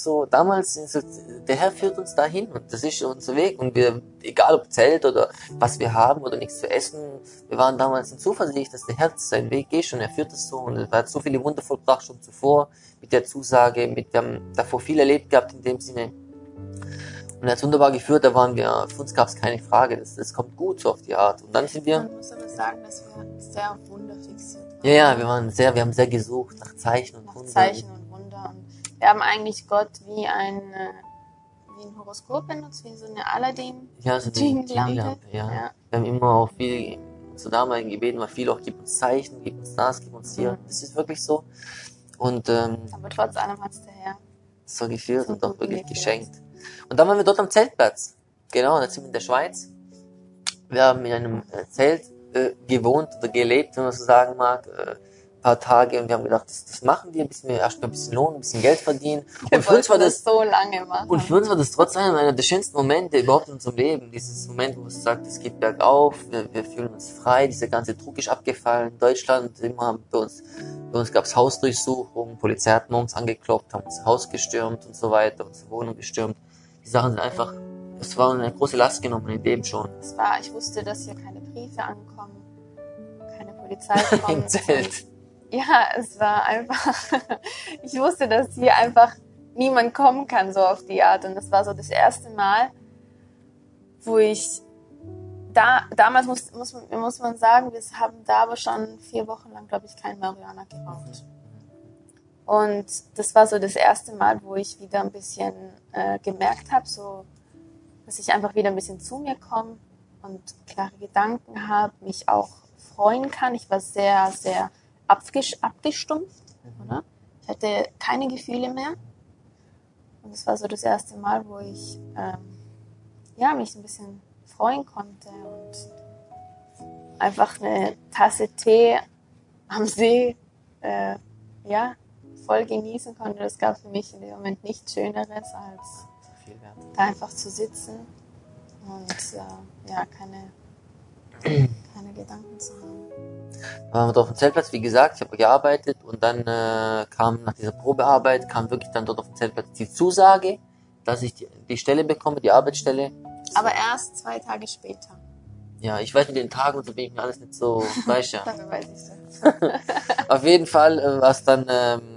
der Herr führt uns dahin und das ist unser Weg. Und wir, egal ob Zelt oder was wir haben oder nichts zu essen, wir waren damals in Zuversicht, dass der Herr seinen Weg geht und er führt es so. Und er hat so viele Wunder vollbracht schon zuvor mit der Zusage, wir haben davor viel erlebt gehabt in dem Sinne. Und er hat wunderbar geführt, für uns gab es keine Frage, das kommt gut so auf die Art. Und dann sind wir... Man muss aber sagen, dass wir sehr auf Wunder fixiert waren. Ja, wir haben sehr gesucht nach Zeichen und Wunder. Zeichen und Wunder. Und wir haben eigentlich Gott wie ein Horoskop benutzt, wie so eine Aladdin. Ja, so die Genie-Lampe. ja. Wir haben immer auch viel, zu damaligen Gebeten war viel auch, gib uns Zeichen, gib uns das, gib uns hier. Das ist wirklich so. Und aber trotz allem hat's der Herr so geführt und so auch gut wirklich geführt. geschenkt. Und dann waren wir dort am Zeltplatz. Genau, da sind wir in der Schweiz. Wir haben in einem Zelt gewohnt oder gelebt, wenn man so sagen mag, ein paar Tage, und wir haben gedacht, das machen wir, bis wir erstmal ein bisschen Lohn, ein bisschen Geld verdienen. Und für uns war das so lange machen. Und für uns war das trotzdem einer der schönsten Momente überhaupt in unserem Leben. Dieses Moment, wo es sagt, es geht bergauf, wir fühlen uns frei, dieser ganze Druck ist abgefallen. In Deutschland immer bei uns gab es Hausdurchsuchungen, Polizei hat morgens angeklopft, haben unser Haus gestürmt und so weiter, unsere Wohnung gestürmt. Die Sachen sind einfach, es war eine große Last genommen in dem schon. Ich wusste, dass hier keine Briefe ankommen, keine Polizei kommt. Im Zelt. Ja, es war einfach, ich wusste, dass hier einfach niemand kommen kann, so auf die Art. Und das war so das erste Mal, wo ich damals muss man sagen, wir haben da aber schon 4 Wochen lang, glaube ich, kein Marihuana geraucht. Und das war so das erste Mal, wo ich wieder ein bisschen gemerkt habe, so, dass ich einfach wieder ein bisschen zu mir komme und klare Gedanken habe, mich auch freuen kann. Ich war sehr, sehr abgestumpft, oder? Ich hatte keine Gefühle mehr. Und das war so das erste Mal, wo ich mich ein bisschen freuen konnte und einfach eine Tasse Tee am See voll genießen konnte. Das gab für mich in dem Moment nichts Schöneres, als da einfach zu sitzen und keine Gedanken zu haben. Dann waren wir dort auf dem Zeltplatz, wie gesagt, ich habe gearbeitet und dann kam nach dieser Probearbeit, kam wirklich dann dort auf dem Zeltplatz die Zusage, dass ich die Stelle bekomme, die Arbeitsstelle. Aber erst 2 Tage später. Ja, ich weiß mit den Tagen und so bin ich mir alles nicht so sicher. Dafür weiß ich das. Auf jeden Fall war es dann,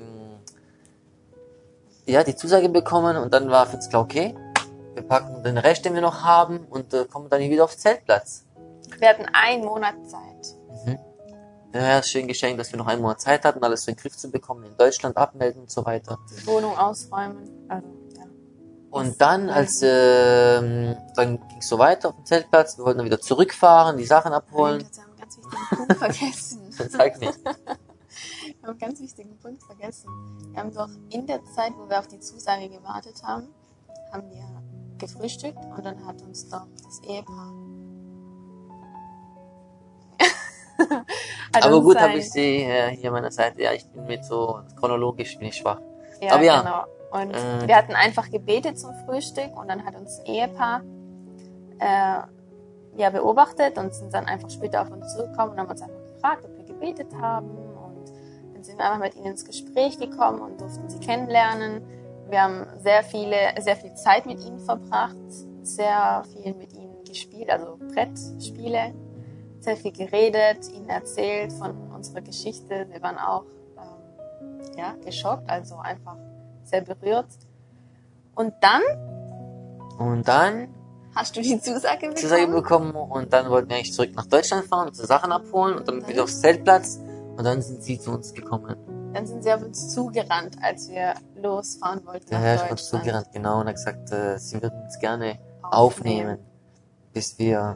die Zusage bekommen und dann war für uns klar, okay, wir packen den Rest, den wir noch haben und kommen dann wieder aufs Zeltplatz. Wir hatten 1 Monat Zeit. Ja, ist schön geschenkt, dass wir noch 1 Monat Zeit hatten, alles so in den Griff zu bekommen, in Deutschland abmelden und so weiter. Die Wohnung ausräumen. Also, ja. Und dann, dann ging es so weiter auf dem Zeltplatz, wir wollten dann wieder zurückfahren, die Sachen abholen. Wir haben einen ganz wichtigen Punkt vergessen. Zeig nicht. Wir haben einen ganz wichtigen Punkt vergessen. Wir haben doch in der Zeit, wo wir auf die Zusage gewartet haben, haben wir gefrühstückt und dann hat uns doch das Ehepaar aber gut, habe ich sie hier an meiner Seite. Ja, ich bin mit so chronologisch bin ich schwach. Ja, aber ja. Genau. Und wir hatten einfach gebetet zum Frühstück und dann hat uns ein Ehepaar beobachtet und sind dann einfach später auf uns zugekommen und haben uns einfach gefragt, ob wir gebetet haben. Und dann sind wir einfach mit ihnen ins Gespräch gekommen und durften sie kennenlernen. Wir haben sehr viel Zeit mit ihnen verbracht, sehr viel mit ihnen gespielt, also Brettspiele. Sehr viel geredet, ihnen erzählt von unserer Geschichte. Sie waren auch geschockt, also einfach sehr berührt. Und dann hast du die Zusage bekommen und dann wollten wir eigentlich zurück nach Deutschland fahren, unsere Sachen abholen und dann wieder aufs Zeltplatz und dann sind sie zu uns gekommen. Dann sind sie auf uns zugerannt, als wir losfahren wollten nach Deutschland. Ja, Deutschland. ist uns zugerannt, genau, und hat gesagt, sie würden uns gerne aufnehmen, bis wir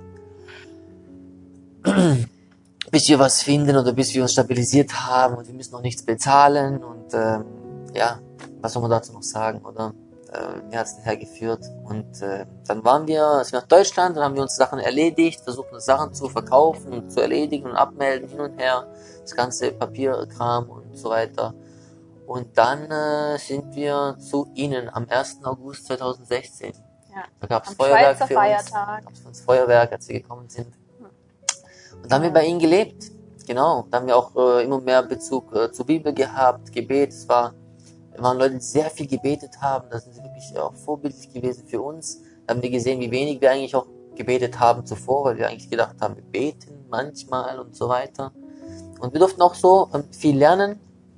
was finden oder bis wir uns stabilisiert haben und wir müssen noch nichts bezahlen und was soll man dazu noch sagen, oder? Mir hat es daher geführt und dann sind wir nach Deutschland, dann haben wir uns Sachen erledigt, versucht uns Sachen zu verkaufen und zu erledigen und abmelden, hin und her, das ganze Papierkram und so weiter. Und dann sind wir zu Ihnen am 1. August 2016. Ja, da gab es am Feuerwerk Schweizer für uns. Feiertag. Gab es für uns Feuerwerk, als wir gekommen sind. Und dann haben wir bei Ihnen gelebt. Genau, da haben wir auch immer mehr Bezug zur Bibel gehabt, Gebet. Es waren Leute, die sehr viel gebetet haben. Da sind sie wirklich auch vorbildlich gewesen für uns. Da haben wir gesehen, wie wenig wir eigentlich auch gebetet haben zuvor, weil wir eigentlich gedacht haben, wir beten manchmal und so weiter. Und wir durften auch so viel lernen.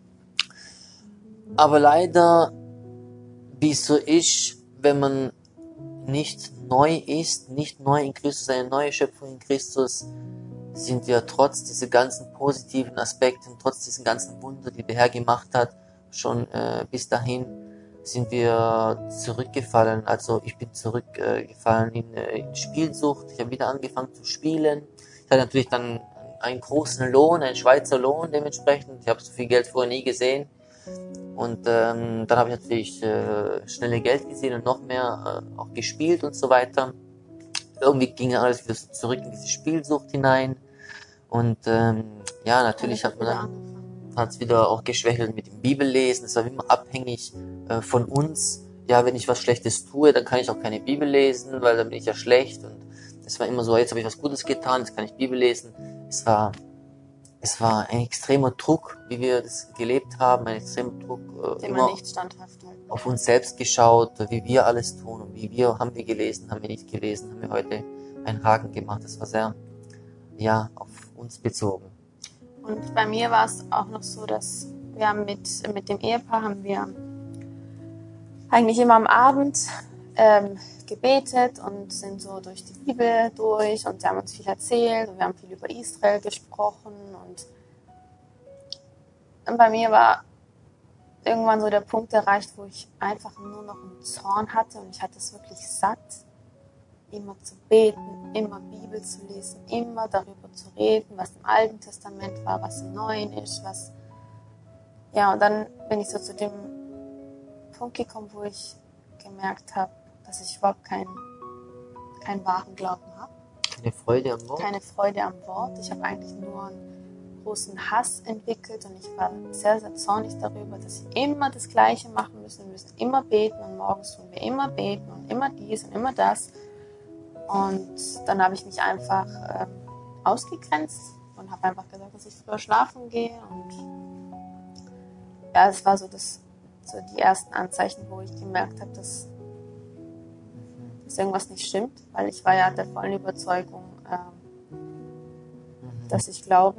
Aber leider, wie es so ist, wenn man nicht neu ist, nicht neu in Christus, eine neue Schöpfung in Christus, sind wir trotz dieser ganzen positiven Aspekte, trotz diesen ganzen Wunder, die der Herr gemacht hat, schon bis dahin sind wir zurückgefallen. Also ich bin zurückgefallen in Spielsucht. Ich habe wieder angefangen zu spielen. Ich hatte natürlich dann einen großen Lohn, einen Schweizer Lohn dementsprechend. Ich habe so viel Geld vorher nie gesehen. Und dann habe ich natürlich schnelle Geld gesehen und noch mehr auch gespielt und so weiter. Irgendwie ging alles wieder so zurück in diese Spielsucht hinein. Und ja, natürlich hat es wieder auch geschwächelt mit dem Bibellesen. Es war immer abhängig von uns. Ja, wenn ich was Schlechtes tue, dann kann ich auch keine Bibel lesen, weil dann bin ich ja schlecht. Und es war immer so, jetzt habe ich was Gutes getan, jetzt kann ich Bibel lesen. Es war ein extremer Druck, wie wir das gelebt haben, ein extremer Druck, immer nicht standhaft halten. Auf uns selbst geschaut, wie wir alles tun und haben wir gelesen, haben wir nicht gelesen, haben wir heute einen Haken gemacht. Das war sehr, ja, auf uns bezogen. Und bei mir war es auch noch so, dass wir mit dem Ehepaar haben wir eigentlich immer am Abend gebetet und sind so durch die Bibel durch und sie haben uns viel erzählt und wir haben viel über Israel gesprochen und bei mir war irgendwann so der Punkt erreicht, wo ich einfach nur noch einen Zorn hatte und ich hatte es wirklich satt, immer zu beten, immer Bibel zu lesen, immer darüber zu reden, was im Alten Testament war, was im Neuen ist, ja, und dann bin ich so zu dem Punkt gekommen, wo ich gemerkt habe, dass ich überhaupt keinen wahren Glauben habe. Keine Freude am Wort? Keine Freude am Wort. Ich habe eigentlich nur einen großen Hass entwickelt und ich war sehr, sehr zornig darüber, dass wir immer das Gleiche machen müssen. Wir müssen immer beten und morgens tun wir immer beten und immer dies und immer das. Und dann habe ich mich einfach ausgegrenzt und habe einfach gesagt, dass ich früher schlafen gehe. Und ja, es war so die ersten Anzeichen, wo ich gemerkt habe, dass irgendwas nicht stimmt, weil ich war ja der vollen Überzeugung, dass ich glaube.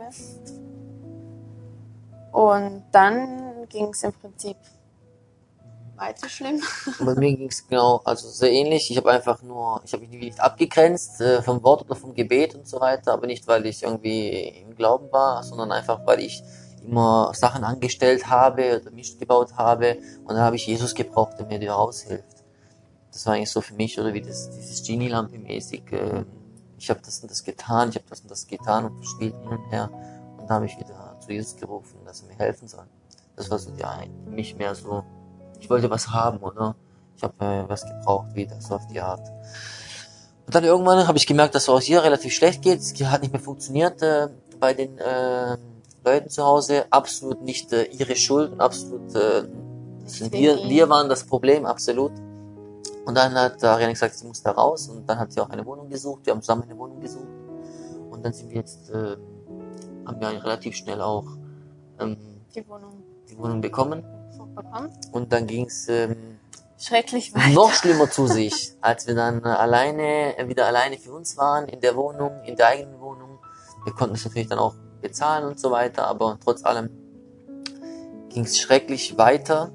Und dann ging es im Prinzip weiter schlimm. Bei mir ging es genau, also sehr ähnlich. Ich habe mich nicht abgegrenzt vom Wort oder vom Gebet und so weiter, aber nicht, weil ich irgendwie im Glauben war, sondern einfach, weil ich immer Sachen angestellt habe oder Mist gebaut habe und dann habe ich Jesus gebraucht, der mir da raushilft. Das war eigentlich so für mich, oder wie dieses Genie-Lampe-mäßig. Ich habe das und das getan, und verspielt hin und her. Und da habe ich wieder zu Jesus gerufen, dass er mir helfen soll. Das war so für mich mehr so, ich wollte was haben, oder? Ich habe was gebraucht, wieder so auf die Art. Und dann irgendwann habe ich gemerkt, dass es auch hier relativ schlecht geht. Es hat nicht mehr funktioniert bei den Leuten zu Hause. Absolut nicht ihre Schuld und absolut wir waren das Problem, absolut. Und dann hat Ariane gesagt, sie muss da raus und dann hat sie auch eine Wohnung gesucht. Wir haben zusammen eine Wohnung gesucht und dann sind wir jetzt, haben wir relativ schnell auch die Wohnung bekommen. Und dann ging es schrecklich weiter. Noch schlimmer zu sich, als wir dann wieder alleine für uns waren in der Wohnung, in der eigenen Wohnung. Wir konnten es natürlich dann auch bezahlen und so weiter, aber trotz allem ging es schrecklich weiter.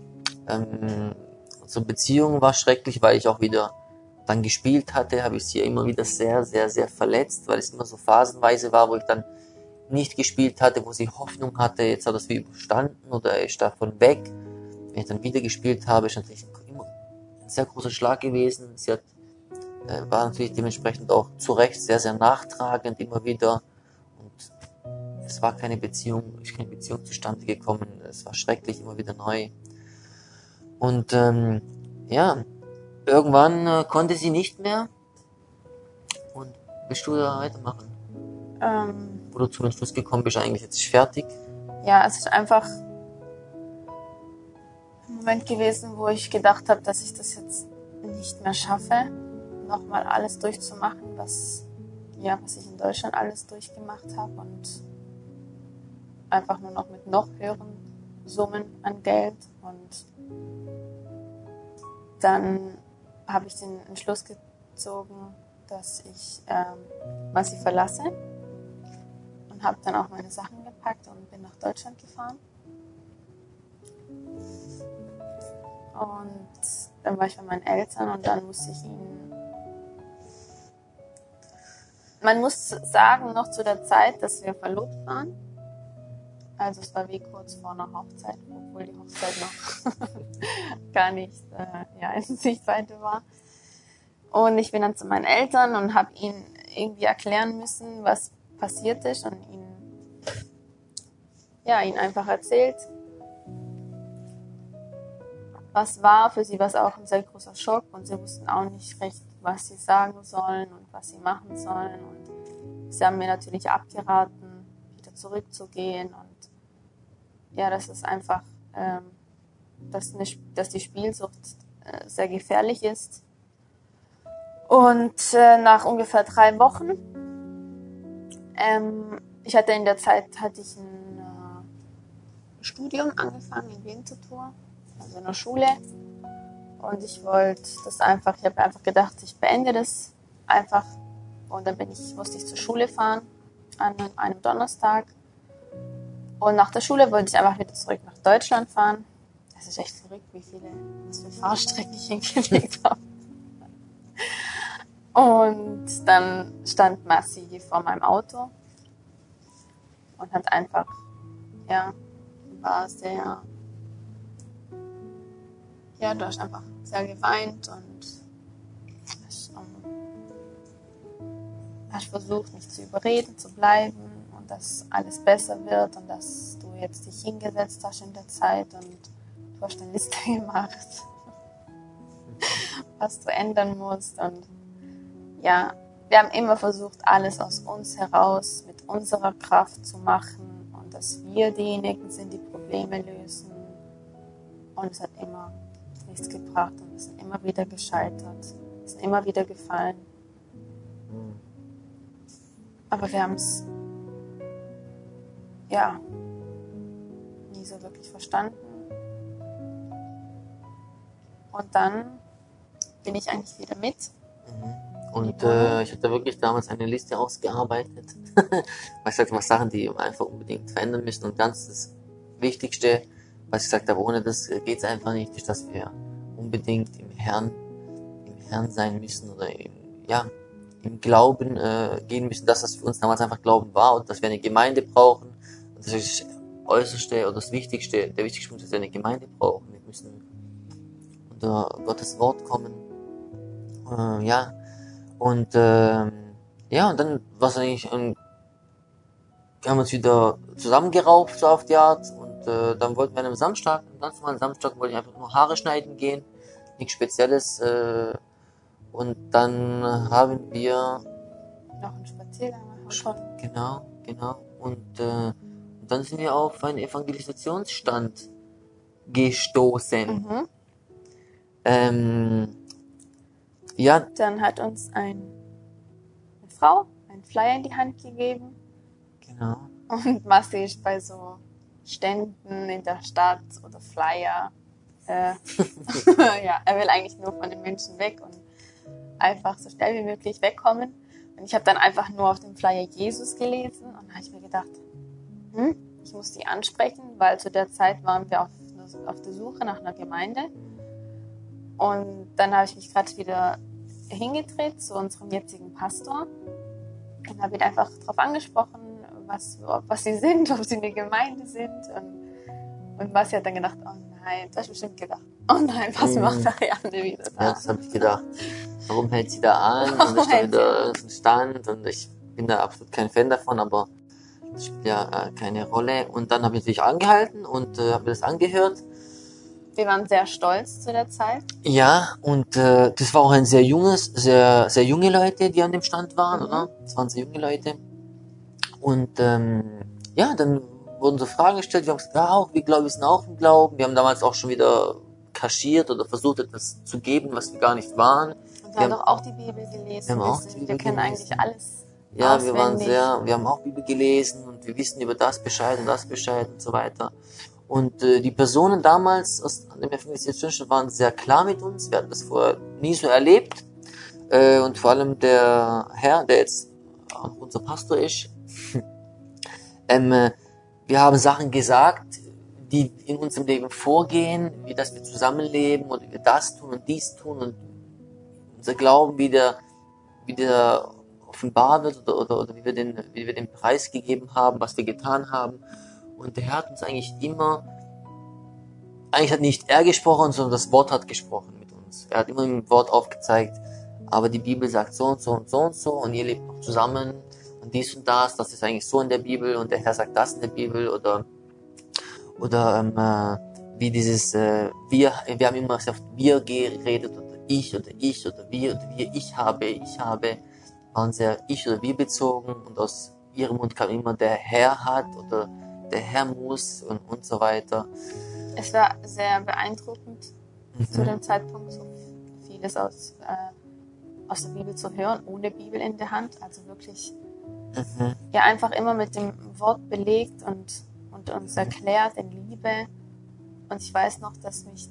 Unsere Beziehung war schrecklich, weil ich auch wieder dann gespielt hatte, habe ich sie immer wieder sehr, sehr, sehr verletzt, weil es immer so phasenweise war, wo ich dann nicht gespielt hatte, wo sie Hoffnung hatte, jetzt hat er es wie überstanden oder er ist davon weg. Wenn ich dann wieder gespielt habe, ist natürlich immer ein sehr großer Schlag gewesen. Sie war natürlich dementsprechend auch zu Recht sehr, sehr nachtragend immer wieder und es war keine Beziehung zustande gekommen. Es war schrecklich, immer wieder neu. Und ja, irgendwann konnte sie nicht mehr. Und willst du da weitermachen? Wo du zum Entschluss gekommen bist, eigentlich jetzt ist fertig? Ja, es ist einfach ein Moment gewesen, wo ich gedacht habe, dass ich das jetzt nicht mehr schaffe, nochmal alles durchzumachen, was ich in Deutschland alles durchgemacht habe. Und einfach nur noch mit noch höheren Summen an Geld. Und dann habe ich den Entschluss gezogen, dass ich Massi verlasse und habe dann auch meine Sachen gepackt und bin nach Deutschland gefahren. Und dann war ich bei meinen Eltern und dann musste ich ihnen... Man muss sagen, noch zu der Zeit, dass wir verlobt waren. Also es war wie kurz vor einer Hochzeit, obwohl die Hochzeit noch gar nicht in Sichtweite war. Und ich bin dann zu meinen Eltern und habe ihnen irgendwie erklären müssen, was passiert ist und ihnen einfach erzählt. Was war für sie was auch ein sehr großer Schock und sie wussten auch nicht recht, was sie sagen sollen und was sie machen sollen. Und sie haben mir natürlich abgeraten, wieder zurückzugehen und ja, das ist einfach, dass die Spielsucht sehr gefährlich ist. Und nach ungefähr 3 Wochen, ich hatte in der Zeit ein Studium angefangen in Winterthur, also in der Schule. Und ich wollte das einfach, ich habe einfach gedacht, ich beende das einfach. Und dann musste ich zur Schule fahren an einem Donnerstag. Und nach der Schule wollte ich einfach wieder zurück nach Deutschland fahren. Das ist echt verrückt, was für Fahrstrecken ich hingelegt habe. Und dann stand Massi vor meinem Auto und hat einfach, war sehr, du hast einfach sehr geweint und hast versucht, mich zu überreden, zu bleiben und dass alles besser wird und dass du jetzt dich hingesetzt hast in der Zeit und du hast eine Liste gemacht, was du ändern musst. Und ja, wir haben immer versucht, alles aus uns heraus mit unserer Kraft zu machen und dass wir diejenigen sind, die Probleme lösen. Und es hat immer nichts gebracht und wir sind immer wieder gescheitert, wir sind immer wieder gefallen. Aber wir haben es nie so wirklich verstanden. Und dann bin ich eigentlich wieder mit. Und ich hatte wirklich damals eine Liste ausgearbeitet. Was Sachen, die wir einfach unbedingt verändern müssen. Und ganz das Wichtigste, was ich gesagt habe, ohne das geht es einfach nicht, ist, dass wir unbedingt im Herrn sein müssen oder im Glauben gehen müssen, dass das für uns damals einfach Glauben war und dass wir eine Gemeinde brauchen. Und das ist das Äußerste oder das Wichtigste, der wichtigste Punkt ist, dass wir eine Gemeinde brauchen. Wir müssen unter Gottes Wort kommen. Und dann war es eigentlich, haben wir uns wieder zusammengerauft, so auf die Art. Und dann wollten wir an einem Samstag, am ganz normalen Samstag, wollten wir einfach nur Haare schneiden gehen. Nichts Spezielles. Und dann haben wir noch einen Spaziergang machen. Genau. Und dann sind wir auf einen Evangelisationsstand gestoßen. Dann hat uns eine Frau einen Flyer in die Hand gegeben. Genau. Und Massi ist bei so Ständen in der Stadt oder Flyer. Er will eigentlich nur von den Menschen weg und einfach so schnell wie möglich wegkommen. Und ich habe dann einfach nur auf dem Flyer Jesus gelesen und dann habe ich mir gedacht, ich muss die ansprechen, weil zu der Zeit waren wir auf der Suche nach einer Gemeinde. Und dann habe ich mich gerade wieder hingedreht zu unserem jetzigen Pastor und habe ihn einfach darauf angesprochen, was sie sind, ob sie eine Gemeinde sind. Und Massi hat dann gedacht, oh nein, du hast bestimmt gedacht, oh nein, was macht Ariane wieder da? Ja, das habe ich gedacht. Warum hält sie da an? Und da steht wieder ein Stand und ich bin da absolut kein Fan davon, aber das spielt ja keine Rolle. Und dann habe ich natürlich angehalten und habe mir das angehört. Wir waren sehr stolz zu der Zeit. Ja, und das war auch ein sehr junge Leute, die an dem Stand waren, oder? Das waren sehr junge Leute. Und dann wurden so Fragen gestellt. Wir haben gesagt, wir sind auch im Glauben. Wir haben damals auch schon wieder kaschiert oder versucht, etwas zu geben, was wir gar nicht waren. Und wir haben doch auch die Bibel gelesen. Wir kennen eigentlich alles Ja, wir auswendig. wir haben auch Bibel gelesen und wir wissen über das Bescheid und so weiter. Und die Personen damals aus dem Evangelisation waren sehr klar mit uns. Wir hatten das vorher nie so erlebt. Und vor allem der Herr, der jetzt auch unser Pastor ist, wir haben Sachen gesagt, die in unserem Leben vorgehen, wie dass wir zusammenleben oder wie wir das tun und dies tun und unser Glauben wieder offenbar wird oder wie wir den Preis gegeben haben, was wir getan haben. Und der Herr hat uns eigentlich hat nicht er gesprochen, sondern das Wort hat gesprochen mit uns. Er hat immer im Wort aufgezeigt, aber die Bibel sagt so und so und so und so und ihr lebt noch zusammen und dies und das ist eigentlich so in der Bibel und der Herr sagt das in der Bibel oder wie dieses wir haben immer sehr oft wir geredet oder ich oder wir oder wir, ich habe, waren sehr ich oder wir bezogen und aus ihrem Mund kam immer der Herr hat oder der Herr muss und so weiter. Es war sehr beeindruckend zu dem Zeitpunkt, so vieles aus der Bibel zu hören, ohne Bibel in der Hand. Also wirklich ja einfach immer mit dem Wort belegt und uns erklärt in Liebe. Und ich weiß noch, dass mich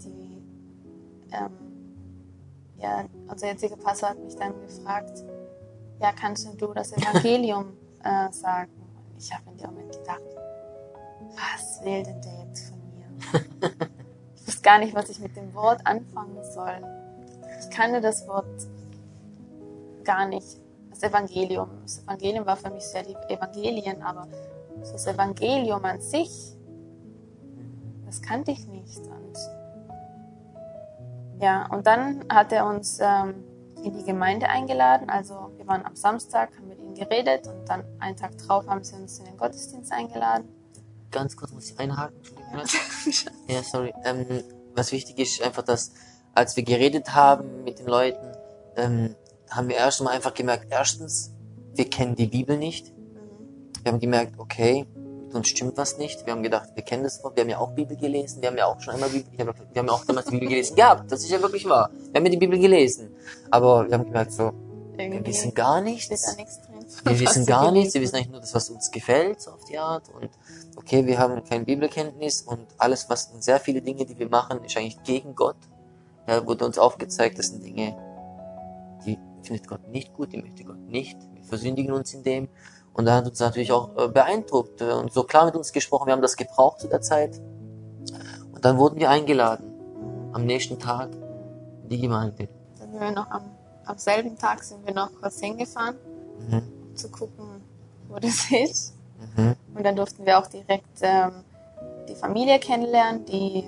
unser jetziger Pastor hat mich dann gefragt, ja, kannst du das Evangelium sagen? Und ich habe in dem Moment gedacht, was will denn der jetzt von mir? Ich wusste gar nicht, was ich mit dem Wort anfangen soll. Ich kannte das Wort gar nicht. Das Evangelium war für mich sehr die Evangelien, aber das Evangelium an sich, das kannte ich nicht. Und dann hat er uns in die Gemeinde eingeladen. Also wir waren am Samstag, haben mit ihm geredet und dann einen Tag drauf haben sie uns in den Gottesdienst eingeladen. Ganz kurz muss ich einhaken, Entschuldigung. Ja, sorry. Was wichtig ist, einfach, dass als wir geredet haben mit den Leuten, haben wir erst mal einfach gemerkt, erstens, wir kennen die Bibel nicht. Wir haben gemerkt, okay, mit uns stimmt was nicht. Wir haben gedacht, wir kennen das Wort, wir haben ja auch Bibel gelesen, wir haben ja auch schon einmal wir haben ja auch damals die Bibel gelesen gehabt, das ist ja wirklich wahr. Wir haben ja die Bibel gelesen. Aber wir haben gemerkt, so, wir wissen gar nichts. Wir wissen gar nichts, wir wissen eigentlich nur das, was uns gefällt, so auf die Art. Und okay, wir haben keine Bibelkenntnis und alles, sehr viele Dinge, die wir machen, ist eigentlich gegen Gott. Da wurde uns aufgezeigt, das sind Dinge, die findet Gott nicht gut, die möchte Gott nicht. Wir versündigen uns in dem. Und da hat uns natürlich auch beeindruckt und so klar mit uns gesprochen. Wir haben das gebraucht zu der Zeit. Und dann wurden wir eingeladen. Am nächsten Tag in die Gemeinde. Dann sind wir noch am selben Tag sind wir noch kurz hingefahren, um zu gucken, wo das ist. Und dann durften wir auch direkt die Familie kennenlernen,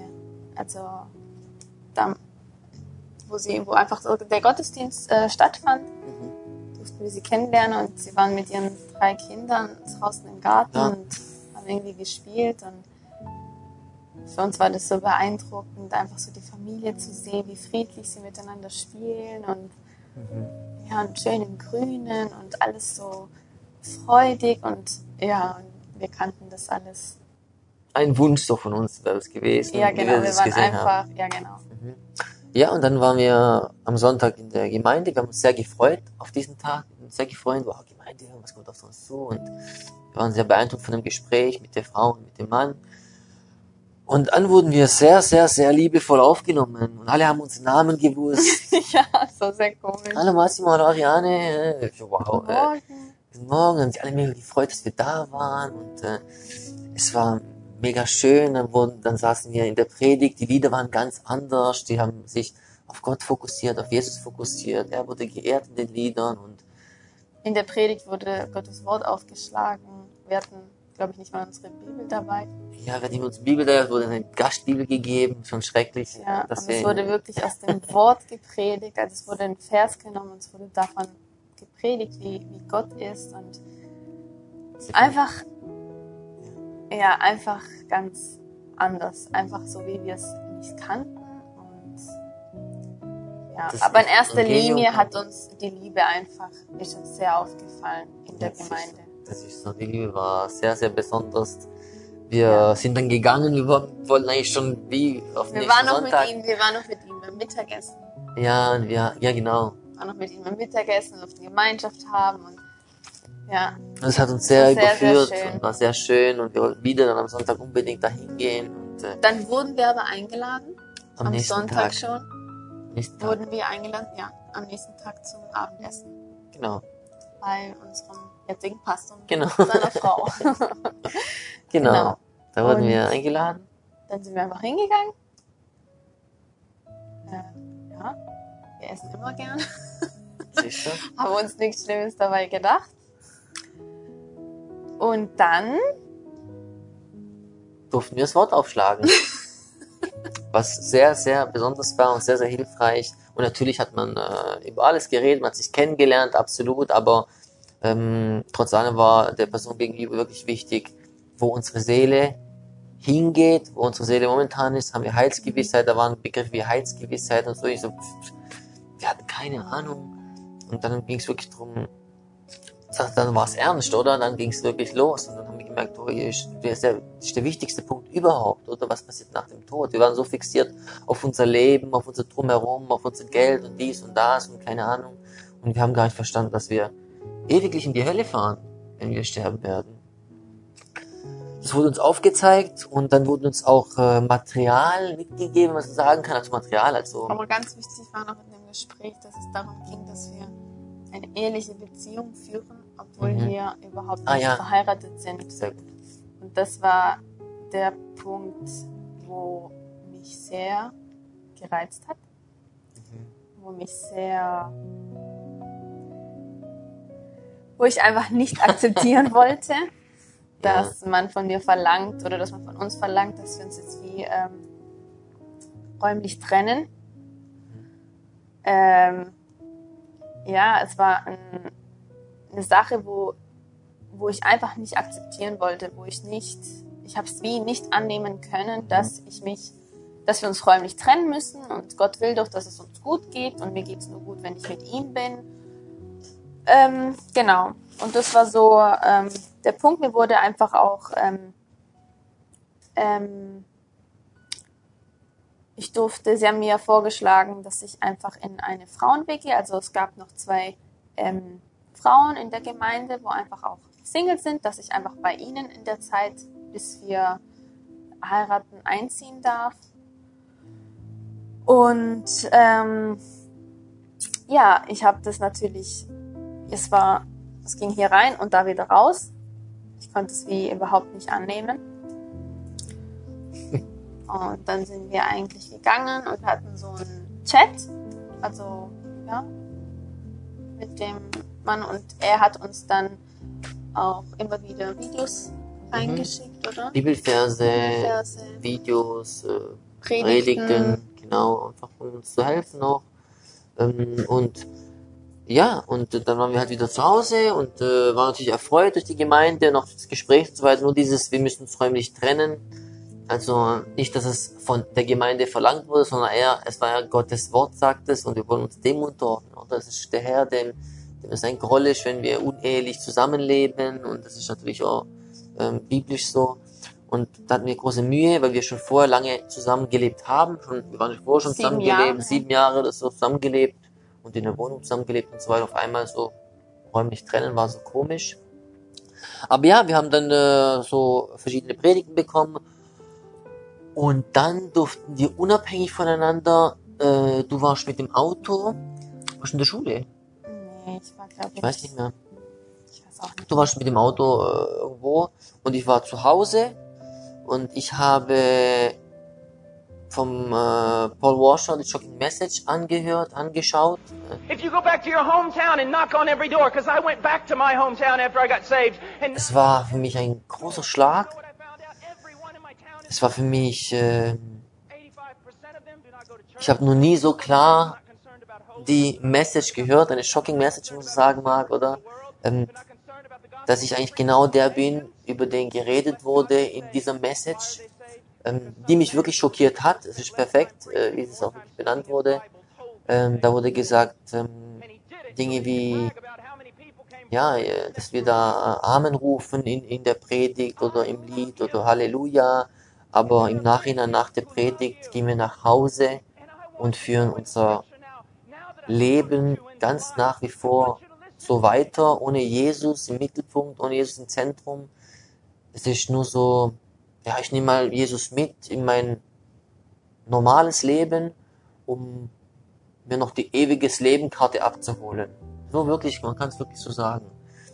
wo einfach der Gottesdienst stattfand. Durften wir sie kennenlernen und sie waren mit ihren 3 Kindern draußen im Garten und haben irgendwie gespielt und für uns war das so beeindruckend, einfach so die Familie zu sehen, wie friedlich sie miteinander spielen und und schön im Grünen und alles so freudig und wir kannten das alles. Ein Wunsch so von uns wäre es gewesen. Ja, genau, wir waren einfach, Ja, und dann waren wir am Sonntag in der Gemeinde. Wir haben uns sehr gefreut auf diesen Tag. Wir haben uns sehr gefreut, wow, Gemeinde, was kommt auf uns zu? Und wir waren sehr beeindruckt von dem Gespräch mit der Frau und mit dem Mann. Und dann wurden wir sehr, sehr, sehr liebevoll aufgenommen. Und alle haben uns Namen gewusst. Ja, so sehr komisch. Hallo Massimo, hallo Ariane. Wow. Guten Morgen. Und alle mega gefreut, dass wir da waren. Und es war mega schön. Dann saßen wir in der Predigt. Die Lieder waren ganz anders. Die haben sich auf Gott fokussiert, auf Jesus fokussiert. Er wurde geehrt in den Liedern. Und in der Predigt wurde Gottes Wort aufgeschlagen. Wir hatten, glaube ich, nicht mal unsere Bibel dabei. Ja, wir hatten nicht unsere Bibel dabei, wurde eine Gastbibel gegeben. Schon schrecklich. Ja, aber es wurde wirklich aus dem Wort gepredigt. Also es wurde ein Vers genommen und es wurde davon gepredigt, wie Gott ist. Und einfach ganz anders. Einfach so, wie wir es nicht kannten. Aber in erster Linie hat uns die Liebe ist uns sehr aufgefallen in der Gemeinde. Das ist so, die Liebe war sehr, sehr besonders. Wir sind dann gegangen, wir wollten eigentlich schon wie auf den nächsten Sonntag. Wir waren noch mit ihm beim Mittagessen. Ja, genau. Wir waren noch mit ihm beim Mittagessen, durften Gemeinschaft haben und Ja, Das hat uns das war sehr sehr, sehr überführt schön. und war sehr schön und wir wollten wieder dann am Sonntag unbedingt dahin gehen und Dann wurden wir aber eingeladen. am Am nächsten Sonntag Tag, schon nächsten Tag, wurden wir eingeladen. Ja, am nächsten Tag zum Abendessen. genau, Bei unserem jetzigen Pastor und Genau. seiner Frau. genau, da wurden Und wir eingeladen. dann sind wir einfach hingegangen. Ja, wir essen immer gern. Siehst du? Haben uns nichts Schlimmes dabei gedacht. Und dann Durften wir das Wort aufschlagen. Was sehr, sehr besonders war und sehr, sehr hilfreich. Und natürlich hat man über alles geredet, man hat sich kennengelernt, absolut, aber trotz allem war der Person gegenüber wirklich wichtig, wo unsere Seele hingeht, wo unsere Seele momentan ist, haben wir Heilsgewissheit, da waren Begriffe wie Heilsgewissheit und so, ich so, wir hatten keine Ahnung. Und dann ging es wirklich drum, dann war es ernst, oder? Dann ging es wirklich los und dann haben wir gemerkt, oh, das ist der wichtigste Punkt überhaupt, oder? Was passiert nach dem Tod? Wir waren so fixiert auf unser Leben, auf unser Drumherum, auf unser Geld und dies und das und keine Ahnung. Und wir haben gar nicht verstanden, dass wir ewiglich in die Hölle fahren, wenn wir sterben werden. Das wurde uns aufgezeigt und dann wurde uns auch Material mitgegeben, was man sagen kann, also Material, also Aber ganz wichtig war noch in dem Gespräch, dass es darum ging, dass wir eine eheliche Beziehung führen, obwohl wir überhaupt nicht verheiratet sind. sehr gut. Und das war der Punkt, wo mich sehr gereizt hat, wo ich einfach nicht akzeptieren wollte, dass man von mir verlangt oder dass man von uns verlangt, dass wir uns jetzt wie räumlich trennen. Ja, es war eine Sache, wo ich einfach nicht akzeptieren wollte, ich habe es wie nicht annehmen können, dass wir uns räumlich trennen müssen und Gott will doch, dass es uns gut geht und mir geht's nur gut, wenn ich mit ihm bin. Genau. Und das war so der Punkt. Mir wurde einfach auch sie haben mir vorgeschlagen, dass ich einfach in eine Frauen-WG, also es gab noch 2 Frauen in der Gemeinde, wo einfach auch Single sind, dass ich einfach bei ihnen in der Zeit, bis wir heiraten, einziehen darf. Und ja, ich habe das natürlich, es ging hier rein und da wieder raus. Ich konnte es wie überhaupt nicht annehmen. Und dann sind wir eigentlich gegangen und hatten so einen Chat, also ja, mit dem Mann, und er hat uns dann auch immer wieder Videos eingeschickt, oder? Bibelverse, Videos, Predigten, genau, einfach um uns zu helfen noch. Und ja, und dann waren wir halt wieder zu Hause und waren natürlich erfreut durch die Gemeinde, noch das Gespräch und so weiter, nur dieses, wir müssen uns räumlich trennen. Also nicht, dass es von der Gemeinde verlangt wurde, sondern es war ja Gottes Wort, sagt es, und wir wollen uns dem unterordnen. Oder? Das ist der Herr, dem es ein Groll ist, wenn wir unehelich zusammenleben, und das ist natürlich auch biblisch so. Und da hatten wir große Mühe, weil wir schon vorher lange zusammengelebt haben. Wir waren vorher schon zusammengelebt, 7 Jahre oder so zusammengelebt und in der Wohnung zusammengelebt und so weiter. Auf einmal so räumlich trennen war so komisch. Aber ja, wir haben dann so verschiedene Predigten bekommen. Und dann durften wir unabhängig voneinander, du warst mit dem Auto, warst in der Schule? Nee, ich war, glaube ich weiß nicht mehr. Ich weiß auch nicht. Du warst mit dem Auto irgendwo und ich war zu Hause und ich habe vom Paul Washer die Shocking Message angeschaut. If you go back to your hometown and knock on every door, because I went back to my hometown after I got saved. And es war für mich ein großer Schlag. Es war für mich, ich habe noch nie so klar die Message gehört, eine Shocking Message, muss ich sagen mag, oder? Dass ich eigentlich genau der bin, über den geredet wurde in dieser Message, die mich wirklich schockiert hat. Es ist perfekt, wie es auch wirklich benannt wurde. Da wurde gesagt, Dinge wie, ja, dass wir da Amen rufen in der Predigt oder im Lied oder Halleluja, aber im Nachhinein, nach der Predigt, gehen wir nach Hause und führen unser Leben ganz nach wie vor so weiter, ohne Jesus im Mittelpunkt, ohne Jesus im Zentrum. Es ist nur so, ja, ich nehme mal Jesus mit in mein normales Leben, um mir noch die ewiges Lebenkarte abzuholen. So wirklich, man kann es wirklich so sagen.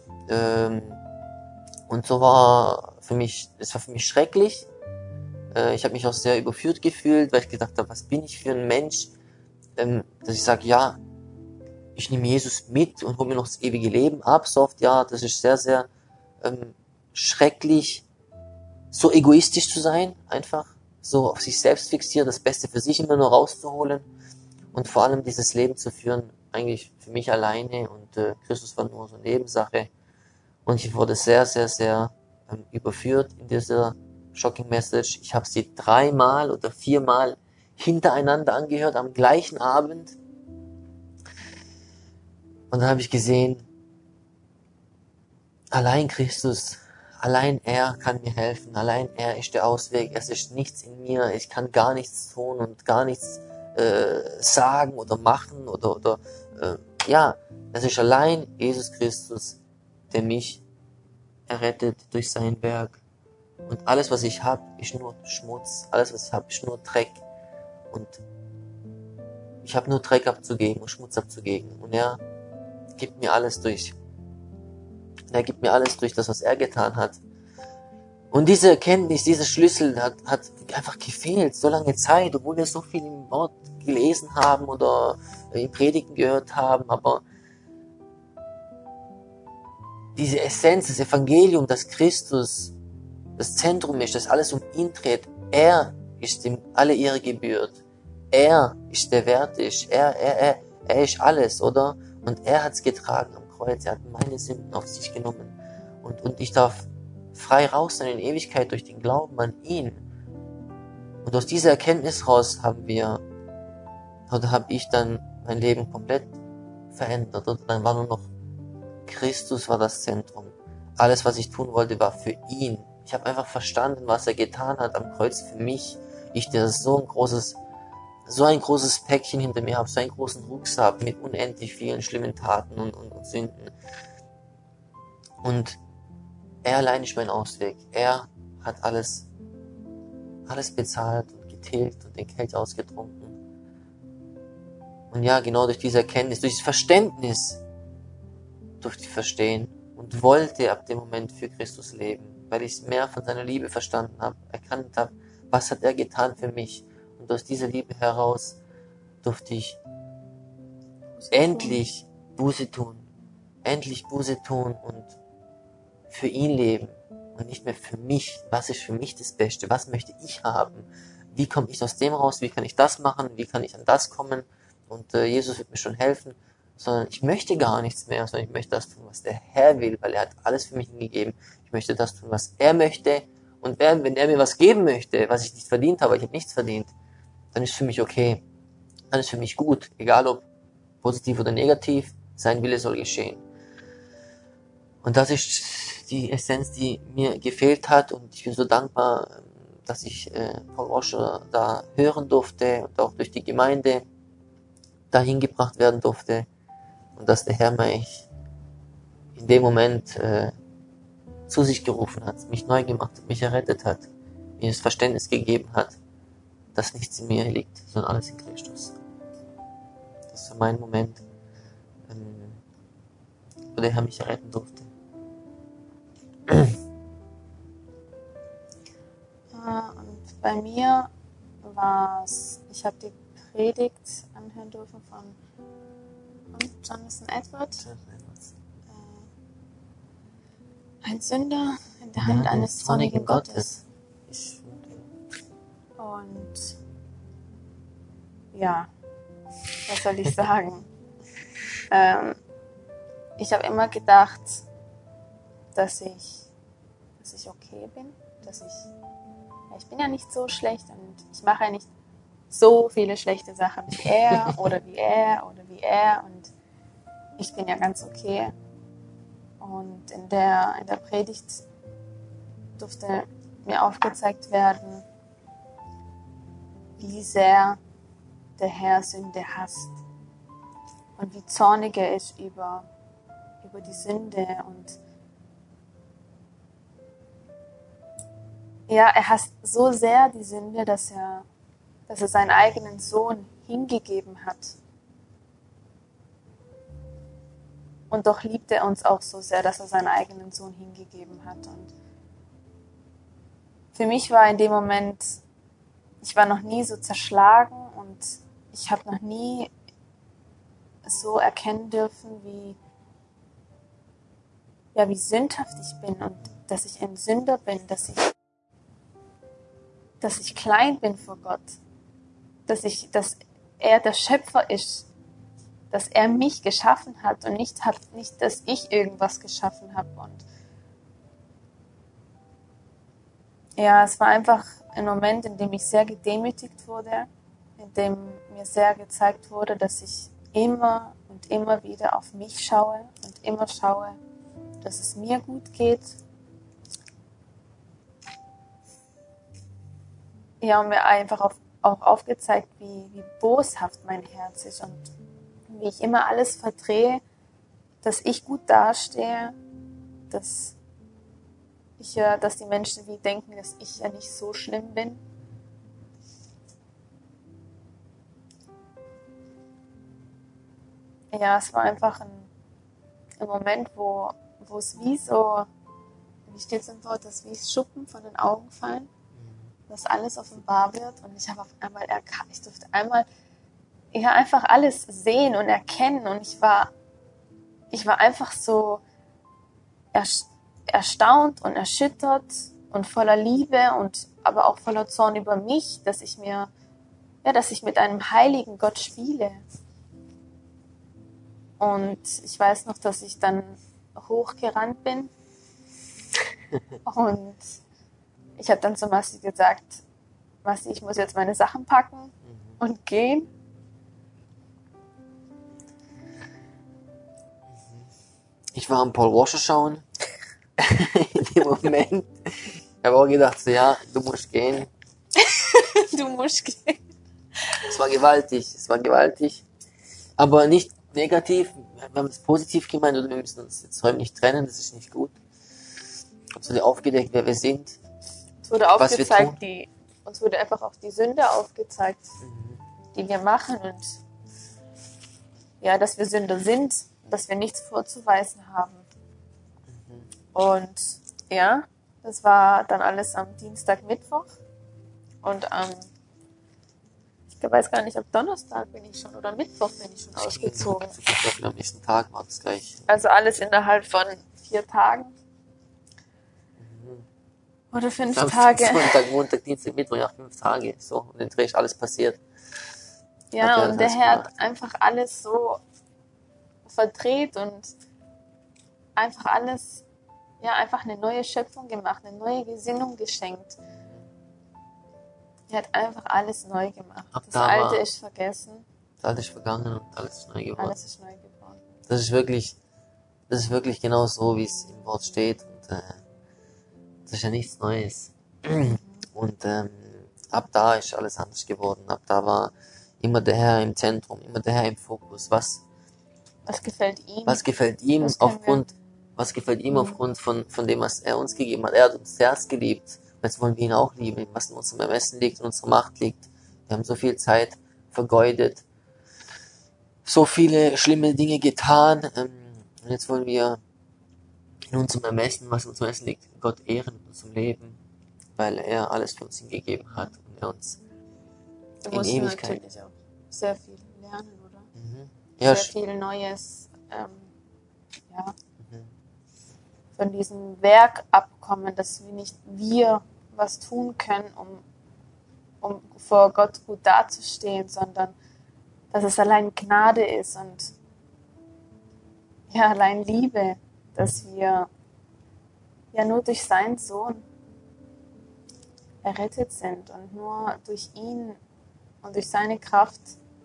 Und so war es war für mich schrecklich. Ich habe mich auch sehr überführt gefühlt, weil ich gedacht habe, was bin ich für ein Mensch, dass ich sage, ja, ich nehme Jesus mit und hole mir noch das ewige Leben ab. So oft, ja, das ist sehr, sehr schrecklich, so egoistisch zu sein, einfach so auf sich selbst fixiert, das Beste für sich immer nur rauszuholen und vor allem dieses Leben zu führen, eigentlich für mich alleine, und Christus war nur so eine Nebensache. Und ich wurde sehr, sehr, sehr überführt in dieser Shocking Message. Ich habe sie 3-mal oder 4-mal hintereinander angehört am gleichen Abend. Und dann habe ich gesehen, allein Christus, allein er kann mir helfen, allein er ist der Ausweg, es ist nichts in mir, ich kann gar nichts tun und gar nichts sagen oder machen oder ja, es ist allein Jesus Christus, der mich errettet durch sein Werk. Und alles, was ich habe, ist nur Schmutz, alles, was ich habe, ist nur Dreck. Und ich habe nur Dreck abzugeben und Schmutz abzugeben. Und er gibt mir alles durch. Er gibt mir alles durch das, was er getan hat. Und diese Erkenntnis, dieser Schlüssel hat einfach gefehlt, so lange Zeit, obwohl wir so viel im Wort gelesen haben oder in Predigten gehört haben, aber diese Essenz, das Evangelium, dass Christus das Zentrum ist, dass alles um ihn dreht, er ist dem alle Ehre gebührt, er ist der Wert ist, er ist alles, oder? Und er hat's getragen am Kreuz, er hat meine Sünden auf sich genommen und ich darf frei raus sein in Ewigkeit durch den Glauben an ihn. Und aus dieser Erkenntnis raus habe ich dann mein Leben komplett verändert. Und dann war nur noch Christus war das Zentrum. Alles, was ich tun wollte, war für ihn. Ich habe einfach verstanden, was er getan hat am Kreuz für mich. Ich, der so ein großes Päckchen hinter mir habe, so einen großen Rucksack mit unendlich vielen schlimmen Taten und Sünden. Und er allein ist mein Ausweg. Er hat alles bezahlt und getilgt und den Kelch ausgetrunken. Und ja, genau durch diese Erkenntnis, durch das Verständnis durfte ich verstehen und wollte ab dem Moment für Christus leben, weil ich mehr von seiner Liebe verstanden habe, erkannt habe, was hat er getan für mich. Und aus dieser Liebe heraus durfte ich endlich Buße tun und für ihn leben und nicht mehr für mich. Was ist für mich das Beste? Was möchte ich haben? Wie komme ich aus dem raus? Wie kann ich das machen? Wie kann ich an das kommen? Und Jesus wird mir schon helfen. Sondern ich möchte gar nichts mehr, sondern ich möchte das tun, was der Herr will, weil er hat alles für mich hingegeben. Ich möchte das tun, was er möchte. Und wenn er mir was geben möchte, was ich nicht verdient habe, ich habe nichts verdient, dann ist für mich okay. Dann ist für mich gut. Egal ob positiv oder negativ, sein Wille soll geschehen. Und das ist die Essenz, die mir gefehlt hat. Und ich bin so dankbar, dass ich Paul Washer da hören durfte und auch durch die Gemeinde dahin gebracht werden durfte. Und dass der Herr mich in dem Moment zu sich gerufen hat, mich neu gemacht hat, mich errettet hat, mir das Verständnis gegeben hat, dass nichts in mir liegt, sondern alles in Christus. Das war mein Moment, wo der Herr mich erretten durfte. Und bei mir war es, ich habe die Predigt anhören dürfen von Jonathan Edwards. Ein Sünder in der Hand eines zornigen Gottes. Und ja, was soll ich sagen? Ich habe immer gedacht, dass ich okay bin, ich bin ja nicht so schlecht und ich mache ja nicht so viele schlechte Sachen wie er oder wie er oder wie er und ich bin ja ganz okay. Und in der Predigt durfte mir aufgezeigt werden, wie sehr der Herr Sünde hasst und wie zornig er ist über über die Sünde. Und ja, er hasst so sehr die Sünde, dass er seinen eigenen Sohn hingegeben hat. Und doch liebt er uns auch so sehr, dass er seinen eigenen Sohn hingegeben hat. Und für mich war in dem Moment, ich war noch nie so zerschlagen und ich habe noch nie so erkennen dürfen, wie sündhaft ich bin und dass ich ein Sünder bin, dass ich klein bin vor Gott, dass er der Schöpfer ist, dass er mich geschaffen hat und nicht, dass ich irgendwas geschaffen habe. Und ja, es war einfach ein Moment, in dem ich sehr gedemütigt wurde, in dem mir sehr gezeigt wurde, dass ich immer und immer wieder auf mich schaue und immer schaue, dass es mir gut geht. Ja, und mir einfach auch aufgezeigt, wie boshaft mein Herz ist und wie ich immer alles verdrehe, dass ich gut dastehe, dass die Menschen wie denken, dass ich ja nicht so schlimm bin. Ja, es war einfach ein Moment, wo es wie steht es im Wort, dass wie Schuppen von den Augen fallen, dass alles offenbar wird und ich habe auf einmal erkannt, ich durfte einmal einfach alles sehen und erkennen und ich war einfach so erstaunt und erschüttert und voller Liebe und aber auch voller Zorn über mich, dass ich mit einem heiligen Gott spiele. Und ich weiß noch, dass ich dann hochgerannt bin und ich habe dann zu Massi gesagt, Massi, ich muss jetzt meine Sachen packen und gehen. Ich war am Paul Washer schauen in dem Moment. Ich habe auch gedacht, so, ja, du musst gehen. Du musst gehen. Es war gewaltig. Aber nicht negativ. Wir haben es positiv gemeint, oder wir müssen uns jetzt heute nicht trennen, das ist nicht gut. Uns wurde aufgedeckt, wer wir sind. Uns wurde aufgezeigt, uns wurde einfach auch die Sünde aufgezeigt, die wir machen und ja, dass wir Sünder sind, dass wir nichts vorzuweisen haben. Und ja, das war dann alles am Dienstag, Mittwoch und ich weiß gar nicht, ob Donnerstag bin ich schon oder Mittwoch bin ich schon ausgezogen. Ich glaube, am nächsten Tag war das gleich. Also alles innerhalb von 4 Tagen. Oder 5 Tage. Sonntag, Montag, Dienstag, Mittwoch, ja, 5 Tage. So, und dann ist alles passiert. Ja, und der Herr hat einfach alles so verdreht und einfach alles, einfach eine neue Schöpfung gemacht, eine neue Gesinnung geschenkt. Er hat einfach alles neu gemacht. Das Alte ist vergessen. Das Alte ist vergangen und alles ist neu geworden. Alles ist neu geworden. Das ist wirklich genau so, wie es im Wort steht. Und das ist ja nichts Neues. Und ab da ist alles anders geworden. Ab da war immer der Herr im Zentrum, immer der Herr im Fokus. Was gefällt ihm? Was gefällt ihm aufgrund von dem, was er uns gegeben hat. Er hat uns zuerst geliebt. Jetzt wollen wir ihn auch lieben, was in unserem Ermessen liegt, in unserer Macht liegt. Wir haben so viel Zeit vergeudet, so viele schlimme Dinge getan. Und jetzt wollen wir in unserem Ermessen, was in unserem Ermessen liegt, Gott ehren mit unserem Leben, weil er alles für uns hingegeben hat und er uns in Ewigkeit. Natürlich auch sehr viel lernen, oder? Ja, sehr viel Neues, von diesem Werk abkommen, dass wir was tun können, um vor Gott gut dazustehen, sondern dass es allein Gnade ist und allein Liebe, dass wir nur durch seinen Sohn errettet sind und nur durch ihn und durch seine Kraft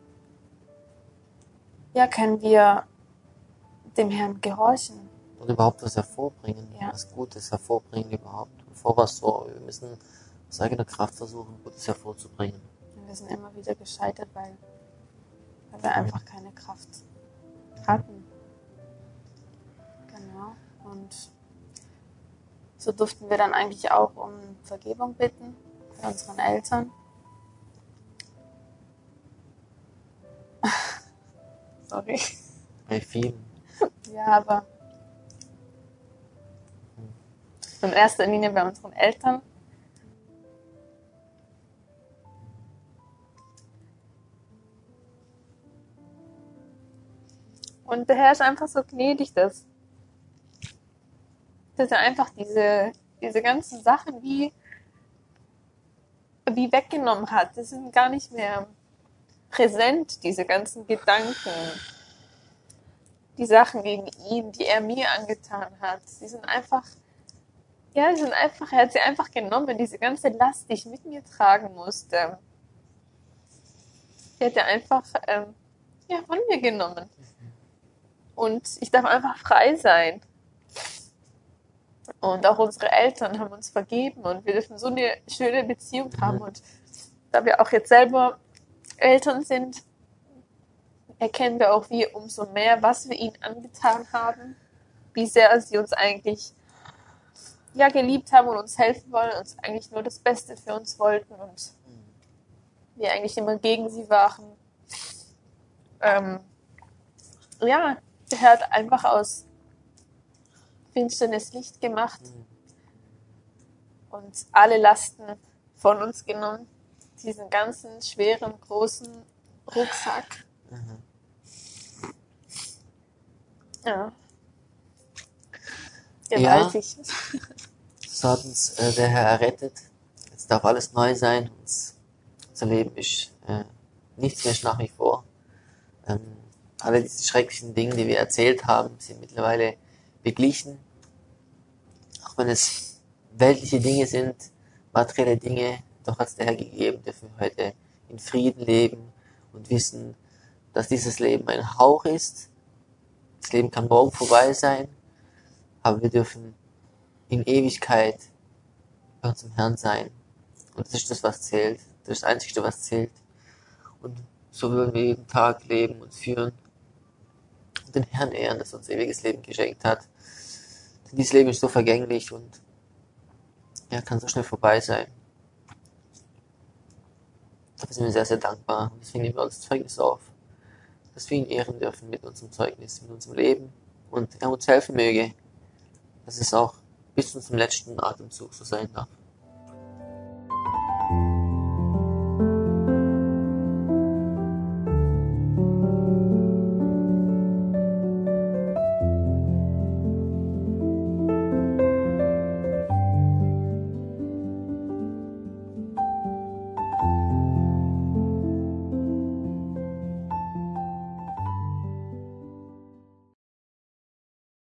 können wir dem Herrn gehorchen. Und überhaupt was hervorbringen, was Gutes hervorbringen überhaupt. Bevor was so, wir müssen aus eigener Kraft versuchen, Gutes hervorzubringen. Und wir sind immer wieder gescheitert, weil wir einfach keine Kraft hatten. Und so durften wir dann eigentlich auch um Vergebung bitten bei unseren Eltern. Sorry. Bei vielen. Ja, aber in erster Linie bei unseren Eltern. Und der Herr ist einfach so gnädig, dass er einfach diese ganzen Sachen wie weggenommen hat. Das sind gar nicht mehr präsent, diese ganzen Gedanken, die Sachen gegen ihn, die er mir angetan hat. Er hat sie einfach genommen, diese ganze Last, die ich mit mir tragen musste. Die hat er einfach von mir genommen. Und ich darf einfach frei sein. Und auch unsere Eltern haben uns vergeben und wir dürfen so eine schöne Beziehung haben. Und da wir auch jetzt selber Eltern sind, erkennen wir auch umso mehr, was wir ihnen angetan haben, wie sehr sie uns eigentlich geliebt haben und uns helfen wollen, uns eigentlich nur das Beste für uns wollten und wir eigentlich immer gegen sie waren. Der Herr hat einfach aus Finsternis Licht gemacht und alle Lasten von uns genommen. Diesen ganzen schweren, großen Rucksack. Ja. Gewaltig. Ja, so hat uns der Herr errettet. Jetzt darf alles neu sein. Unser Leben ist nichts mehr nach wie vor. Alle diese schrecklichen Dinge, die wir erzählt haben, sind mittlerweile beglichen. Auch wenn es weltliche Dinge sind, materielle Dinge, doch hat es der Herr gegeben, dürfen wir heute in Frieden leben und wissen, dass dieses Leben ein Hauch ist. Das Leben kann morgen vorbei sein, aber wir dürfen in Ewigkeit bei unserem Herrn sein. Und das ist das, was zählt. Das ist das Einzige, was zählt. Und so würden wir jeden Tag leben und führen und den Herrn ehren, dass er uns ewiges Leben geschenkt hat. Denn dieses Leben ist so vergänglich und kann so schnell vorbei sein. Dafür sind wir sehr, sehr dankbar. Und deswegen nehmen wir uns Zeugnis auf, dass wir ihn ehren dürfen mit unserem Zeugnis, mit unserem Leben. Und er uns helfen möge, dass es auch bis zu unserem letzten Atemzug so sein darf.